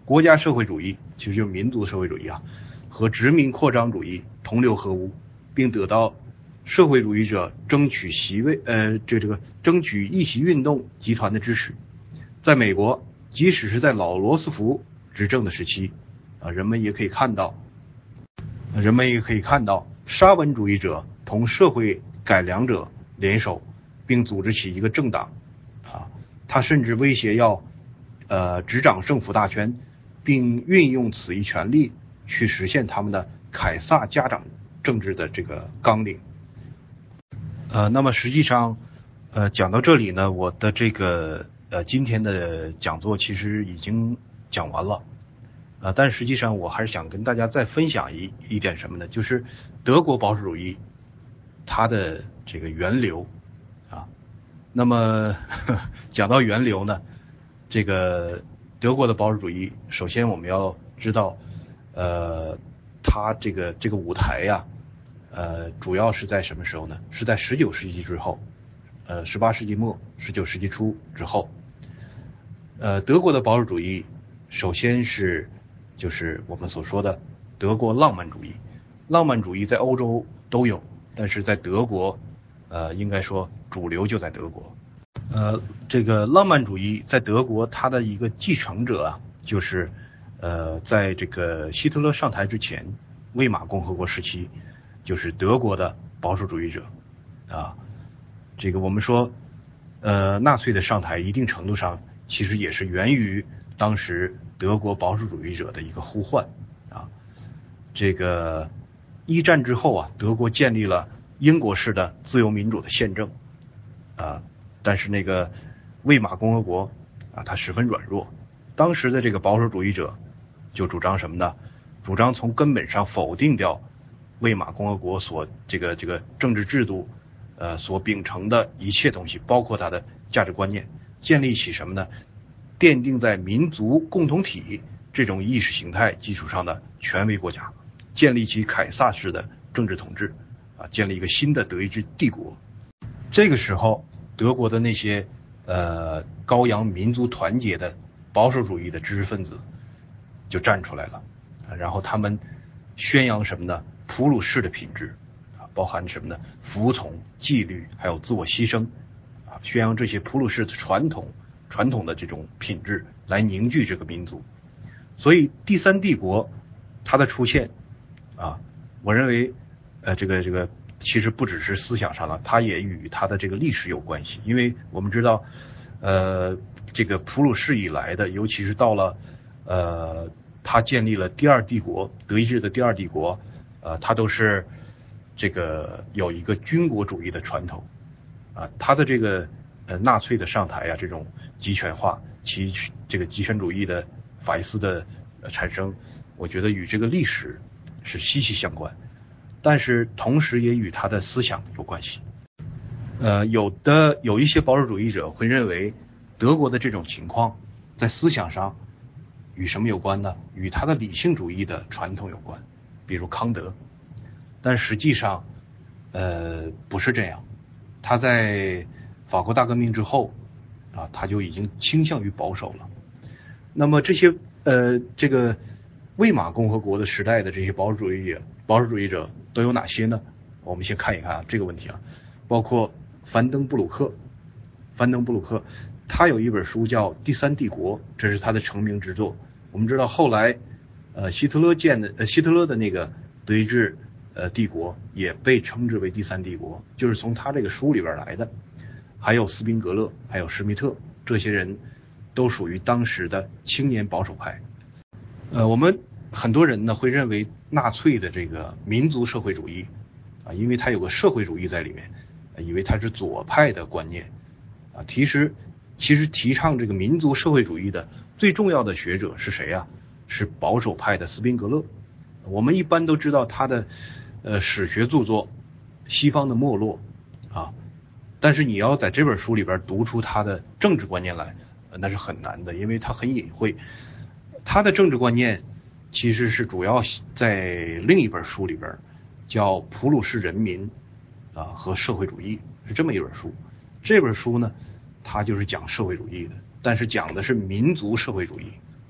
国家社会主义其实就是民族社会主义啊，和殖民扩张主义同流合污，并得到社会主义者争取席位呃这这个争取议席运动集团的支持。在美国，即使是在老罗斯福执政的时期啊，人们也可以看到人们也可以看到沙文主义者同社会改良者联手，并组织起一个政党啊，他甚至威胁要呃执掌政府大权，并运用此一权利去实现他们的凯撒家长政治的这个纲领。呃，那么实际上，呃，讲到这里呢，我的这个呃今天的讲座其实已经讲完了，呃，但实际上我还是想跟大家再分享一一点什么呢？就是德国保守主义它的这个源流啊。那么呵呵讲到源流呢，这个德国的保守主义，首先我们要知道，呃，它这个这个舞台呀、啊。呃，主要是在什么时候呢？是在十九世纪之后，呃，十八世纪末、十九世纪初之后。呃，德国的保守主义，首先是就是我们所说的德国浪漫主义。浪漫主义在欧洲都有，但是在德国，呃，应该说主流就在德国。呃，这个浪漫主义在德国，它的一个继承者啊，就是呃，在这个希特勒上台之前，魏玛共和国时期。就是德国的保守主义者啊，这个我们说，呃，纳粹的上台一定程度上其实也是源于当时德国保守主义者的一个呼唤啊。这个一战之后啊，德国建立了英国式的自由民主的宪政啊，但是那个魏玛共和国啊，它十分软弱。当时的这个保守主义者就主张什么呢？主张从根本上否定掉魏玛共和国所这个这个政治制度，呃，所秉承的一切东西，包括它的价值观念，建立起什么呢？奠定在民族共同体这种意识形态基础上的权威国家，建立起凯撒式的政治统治，啊，建立一个新的德意志帝国。这个时候，德国的那些呃高扬民族团结的保守主义的知识分子就站出来了，啊，然后他们宣扬什么呢？普鲁士的品质啊，包含什么呢？服从、纪律，还有自我牺牲啊，宣扬这些普鲁士的传统、传统的这种品质来凝聚这个民族。所以第三帝国它的出现啊，我认为呃这个这个其实不只是思想上了，它也与它的这个历史有关系。因为我们知道，呃，这个普鲁士以来的，尤其是到了呃，他建立了第二帝国，德意志的第二帝国。呃，他都是这个有一个军国主义的传统啊，他的这个呃纳粹的上台啊，这种集权化，其这个极权主义的法西斯的产生，我觉得与这个历史是息息相关，但是同时也与他的思想有关系。呃，有的有一些保守主义者会认为，德国的这种情况在思想上与什么有关呢？与他的理性主义的传统有关。比如康德，但实际上，呃，不是这样。他在法国大革命之后，啊，他就已经倾向于保守了。那么这些呃，这个魏玛共和国的时代的这些保守主义者，保守主义者都有哪些呢？我们先看一看啊这个问题啊，包括樊登布鲁克，樊登布鲁克，他有一本书叫《第三帝国》，这是他的成名之作。我们知道后来。呃，希特勒建的呃，希特勒的那个德意志呃帝国也被称之为第三帝国，就是从他这个书里边来的。还有斯宾格勒，还有施密特，这些人都属于当时的青年保守派。呃，我们很多人呢会认为纳粹的这个民族社会主义啊，因为它有个社会主义在里面，呃、以为它是左派的观念啊。其实，其实提倡这个民族社会主义的最重要的学者是谁啊？是保守派的斯宾格勒。我们一般都知道他的呃史学著作《西方的没落》啊，但是你要在这本书里边读出他的政治观念来，呃、那是很难的，因为他很隐晦。他的政治观念其实是主要在另一本书里边，叫《普鲁士人民啊和社会主义》，是这么一本书。这本书呢，它就是讲社会主义的，但是讲的是民族社会主义。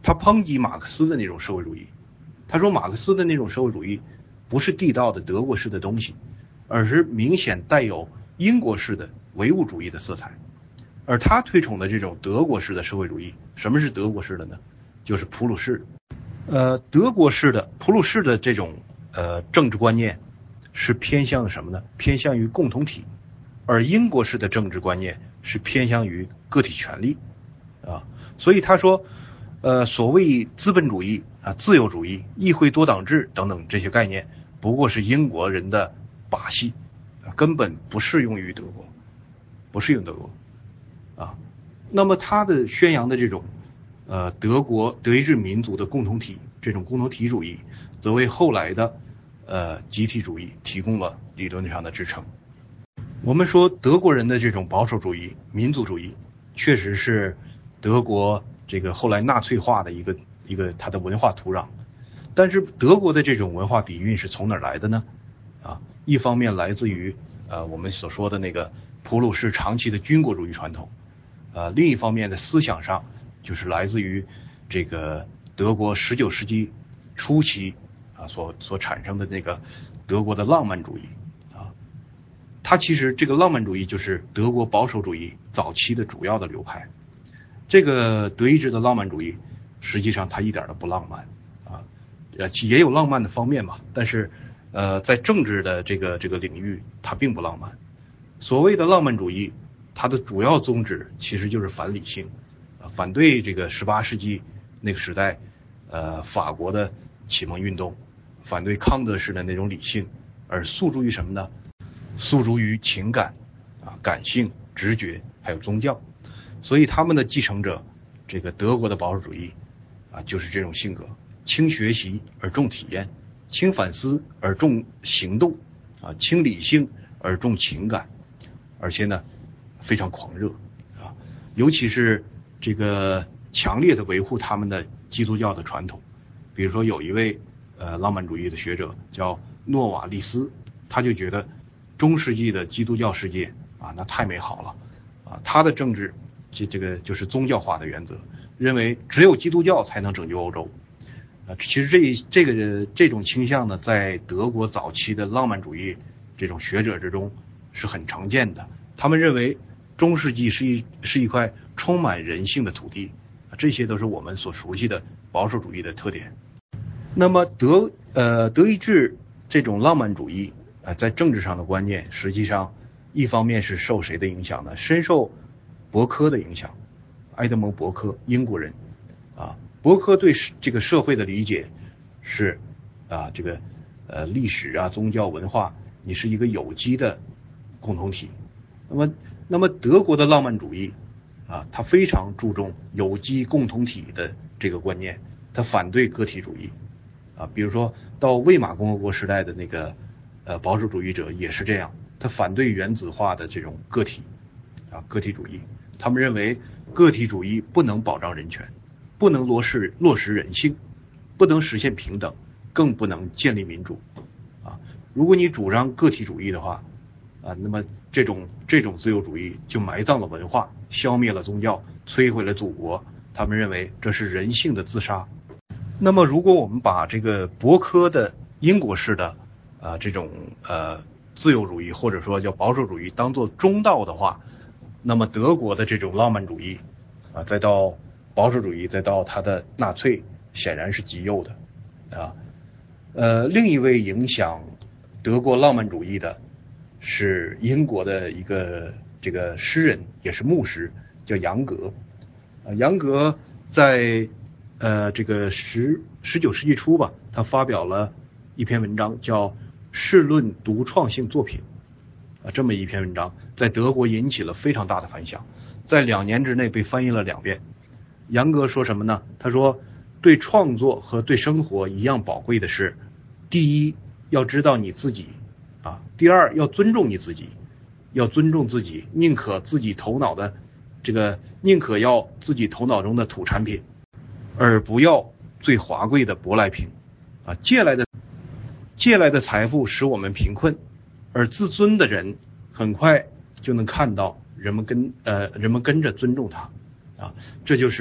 他抨击马克思的那种社会主义，他说马克思的那种社会主义不是地道的德国式的东西，而是明显带有英国式的唯物主义的色彩。而他推崇的这种德国式的社会主义，什么是德国式的呢？就是普鲁士。呃，德国式的普鲁士的这种呃政治观念是偏向什么呢？偏向于共同体，而英国式的政治观念是偏向于个体权利啊。所以他说，呃，所谓资本主义啊、自由主义、议会多党制等等这些概念，不过是英国人的把戏，啊、根本不适用于德国，不适用德国啊。那么他的宣扬的这种呃德国德意志民族的共同体，这种共同体主义，则为后来的呃集体主义提供了理论上的支撑。我们说德国人的这种保守主义、民族主义，确实是德国这个后来纳粹化的一个一个它的文化土壤。但是德国的这种文化底蕴是从哪儿来的呢？啊，一方面来自于呃我们所说的那个普鲁士长期的军国主义传统，呃，另一方面的思想上就是来自于这个德国十九世纪初期啊所所产生的那个德国的浪漫主义啊。它其实这个浪漫主义就是德国保守主义早期的主要的流派。这个德意志的浪漫主义实际上它一点都不浪漫啊，呃也有浪漫的方面嘛，但是呃在政治的这个这个领域它并不浪漫。所谓的浪漫主义，它的主要宗旨其实就是反理性，啊，反对这个十八世纪那个时代呃法国的启蒙运动，反对康德式的那种理性，而诉诸于什么呢？诉诸于情感啊、感性、直觉还有宗教。所以他们的继承者，这个德国的保守主义啊，就是这种性格，轻学习而重体验，轻反思而重行动啊，轻理性而重情感，而且呢非常狂热啊，尤其是这个强烈的维护他们的基督教的传统。比如说有一位呃浪漫主义的学者叫诺瓦利斯，他就觉得中世纪的基督教世界啊那太美好了啊，他的政治这这个就是宗教化的原则，认为只有基督教才能拯救欧洲啊。其实这这个这种倾向呢，在德国早期的浪漫主义这种学者之中是很常见的。他们认为中世纪是一是一块充满人性的土地，这些都是我们所熟悉的保守主义的特点。那么德呃德意志这种浪漫主义啊、呃，在政治上的观念，实际上一方面是受谁的影响呢？深受伯科的影响。埃德蒙·伯科，英国人啊，伯科对这个社会的理解是啊，这个呃历史啊、宗教文化，你是一个有机的共同体。那么，那么德国的浪漫主义啊，他非常注重有机共同体的这个观念，他反对个体主义啊。比如说到魏玛共和国时代的那个呃保守主义者也是这样，他反对原子化的这种个体啊个体主义。他们认为个体主义不能保障人权，不能落实落实人性，不能实现平等，更不能建立民主啊。如果你主张个体主义的话啊，那么这种这种自由主义就埋葬了文化，消灭了宗教，摧毁了祖国。他们认为这是人性的自杀。那么如果我们把这个伯科的英国式的啊这种呃自由主义或者说叫保守主义当做中道的话，那么德国的这种浪漫主义啊，再到保守主义，再到它的纳粹，显然是极右的啊。呃，另一位影响德国浪漫主义的是英国的一个这个诗人，也是牧师，叫杨格。啊，杨格在呃这个十十九世纪初吧，他发表了一篇文章叫《试论独创性作品》啊，这么一篇文章在德国引起了非常大的反响，在两年之内被翻译了两遍。杨格说什么呢？他说，对创作和对生活一样宝贵的是，第一要知道你自己啊，第二要尊重你自己，要尊重自己，宁可自己头脑的这个宁可要自己头脑中的土产品，而不要最华贵的舶来品啊，借来的借来的财富使我们贫困，而自尊的人很快就能看到人们跟呃人们跟着尊重他啊，这就是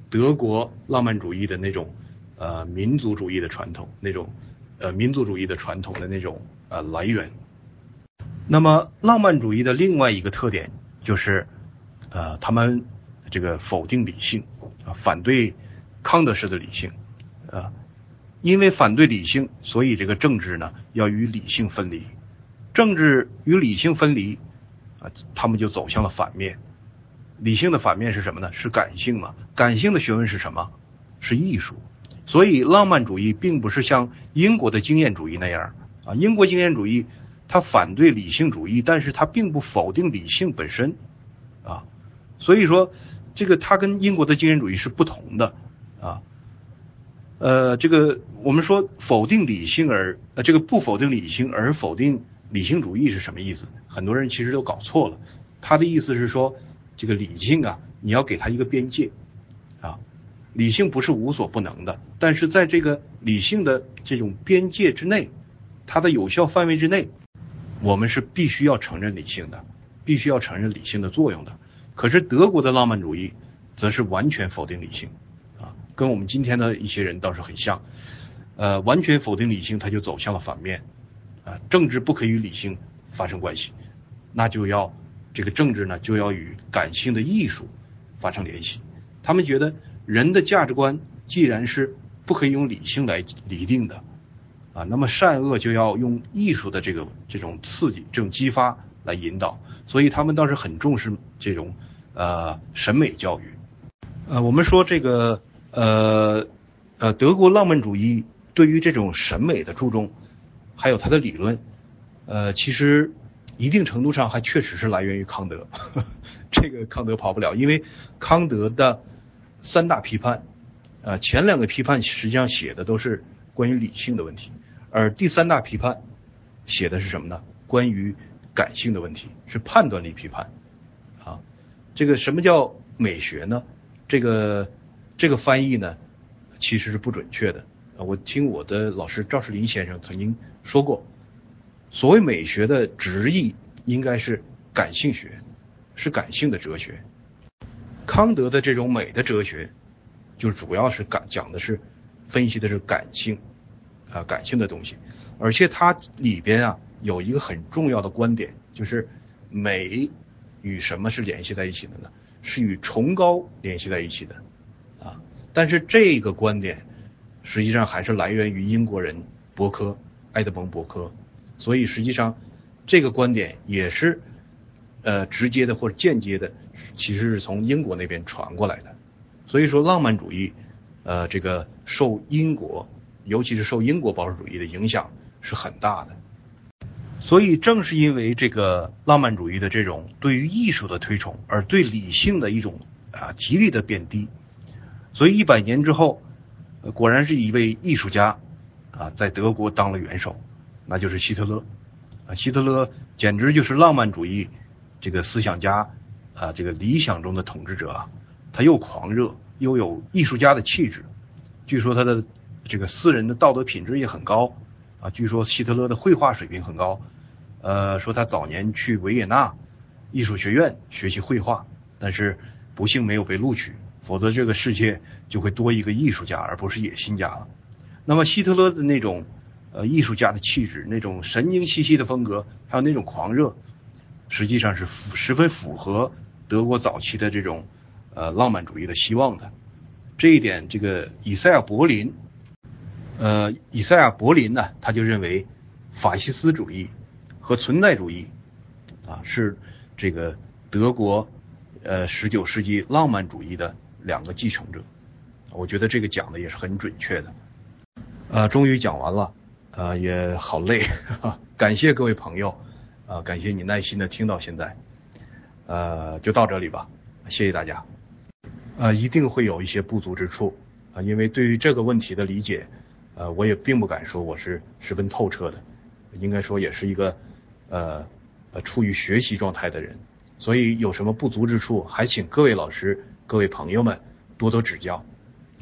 德国浪漫主义的那种呃民族主义的传统，那种呃民族主义的传统的那种呃来源。那么浪漫主义的另外一个特点就是呃他们这个否定理性啊，反对康德式的理性啊，因为反对理性，所以这个政治呢要与理性分离，政治与理性分离啊，他们就走向了反面。理性的反面是什么呢？是感性嘛？感性的学问是什么？是艺术。所以浪漫主义并不是像英国的经验主义那样啊，英国经验主义它反对理性主义，但是它并不否定理性本身啊，所以说这个它跟英国的经验主义是不同的啊。呃，这个我们说否定理性而呃这个不否定理性而否定理性主义是什么意思？很多人其实都搞错了。他的意思是说，这个理性啊，你要给它一个边界啊，理性不是无所不能的，但是在这个理性的这种边界之内，它的有效范围之内，我们是必须要承认理性的，必须要承认理性的作用的。可是德国的浪漫主义则是完全否定理性啊，跟我们今天的一些人倒是很像，呃，完全否定理性，它就走向了反面啊，政治不可以与理性发生关系，那就要这个政治呢就要与感性的艺术发生联系。他们觉得人的价值观既然是不可以用理性来厘定的啊，那么善恶就要用艺术的这个这种刺激、这种激发来引导。所以他们倒是很重视这种呃审美教育。呃，我们说这个呃呃德国浪漫主义对于这种审美的注重，还有它的理论，呃，其实一定程度上还确实是来源于康德。呵呵，这个康德跑不了，因为康德的三大批判，呃，前两个批判实际上写的都是关于理性的问题，而第三大批判写的是什么呢？关于感性的问题，是判断力批判啊。这个什么叫美学呢？这个这个翻译呢其实是不准确的。我听我的老师赵世林先生曾经说过，所谓美学的直译应该是感性学，是感性的哲学。康德的这种美的哲学就主要是感讲的是分析的是感性啊，感性的东西，而且它里边啊有一个很重要的观点，就是美与什么是联系在一起的呢？是与崇高联系在一起的啊。但是这个观点实际上还是来源于英国人伯科，埃德蒙·伯科，所以实际上这个观点也是呃直接的或者间接的，其实是从英国那边传过来的。所以说浪漫主义呃这个受英国，尤其是受英国保守主义的影响是很大的。所以正是因为这个浪漫主义的这种对于艺术的推崇，而对理性的一种啊极力的贬低，所以一百年之后，呃，果然是一位艺术家啊在德国当了元首，那就是希特勒啊。希特勒简直就是浪漫主义这个思想家啊这个理想中的统治者啊，他又狂热又有艺术家的气质，据说他的这个私人的道德品质也很高啊，据说希特勒的绘画水平很高，呃，说他早年去维也纳艺术学院学习绘画，但是不幸没有被录取，否则这个世界就会多一个艺术家而不是野心家了。那么希特勒的那种呃艺术家的气质，那种神经兮兮的风格，还有那种狂热，实际上是十分符合德国早期的这种呃浪漫主义的希望的。这一点，这个以赛亚柏林呃，以赛亚柏林呢，他就认为法西斯主义和存在主义啊是这个德国呃十九世纪浪漫主义的两个继承者。我觉得这个讲的也是很准确的。呃，终于讲完了，呃，也好累，呵呵，感谢各位朋友，呃，感谢你耐心的听到现在，呃，就到这里吧，谢谢大家。呃，一定会有一些不足之处啊、呃，因为对于这个问题的理解。呃，我也并不敢说我是十分透彻的，应该说也是一个呃呃处于学习状态的人，所以有什么不足之处，还请各位老师、各位朋友们多多指教。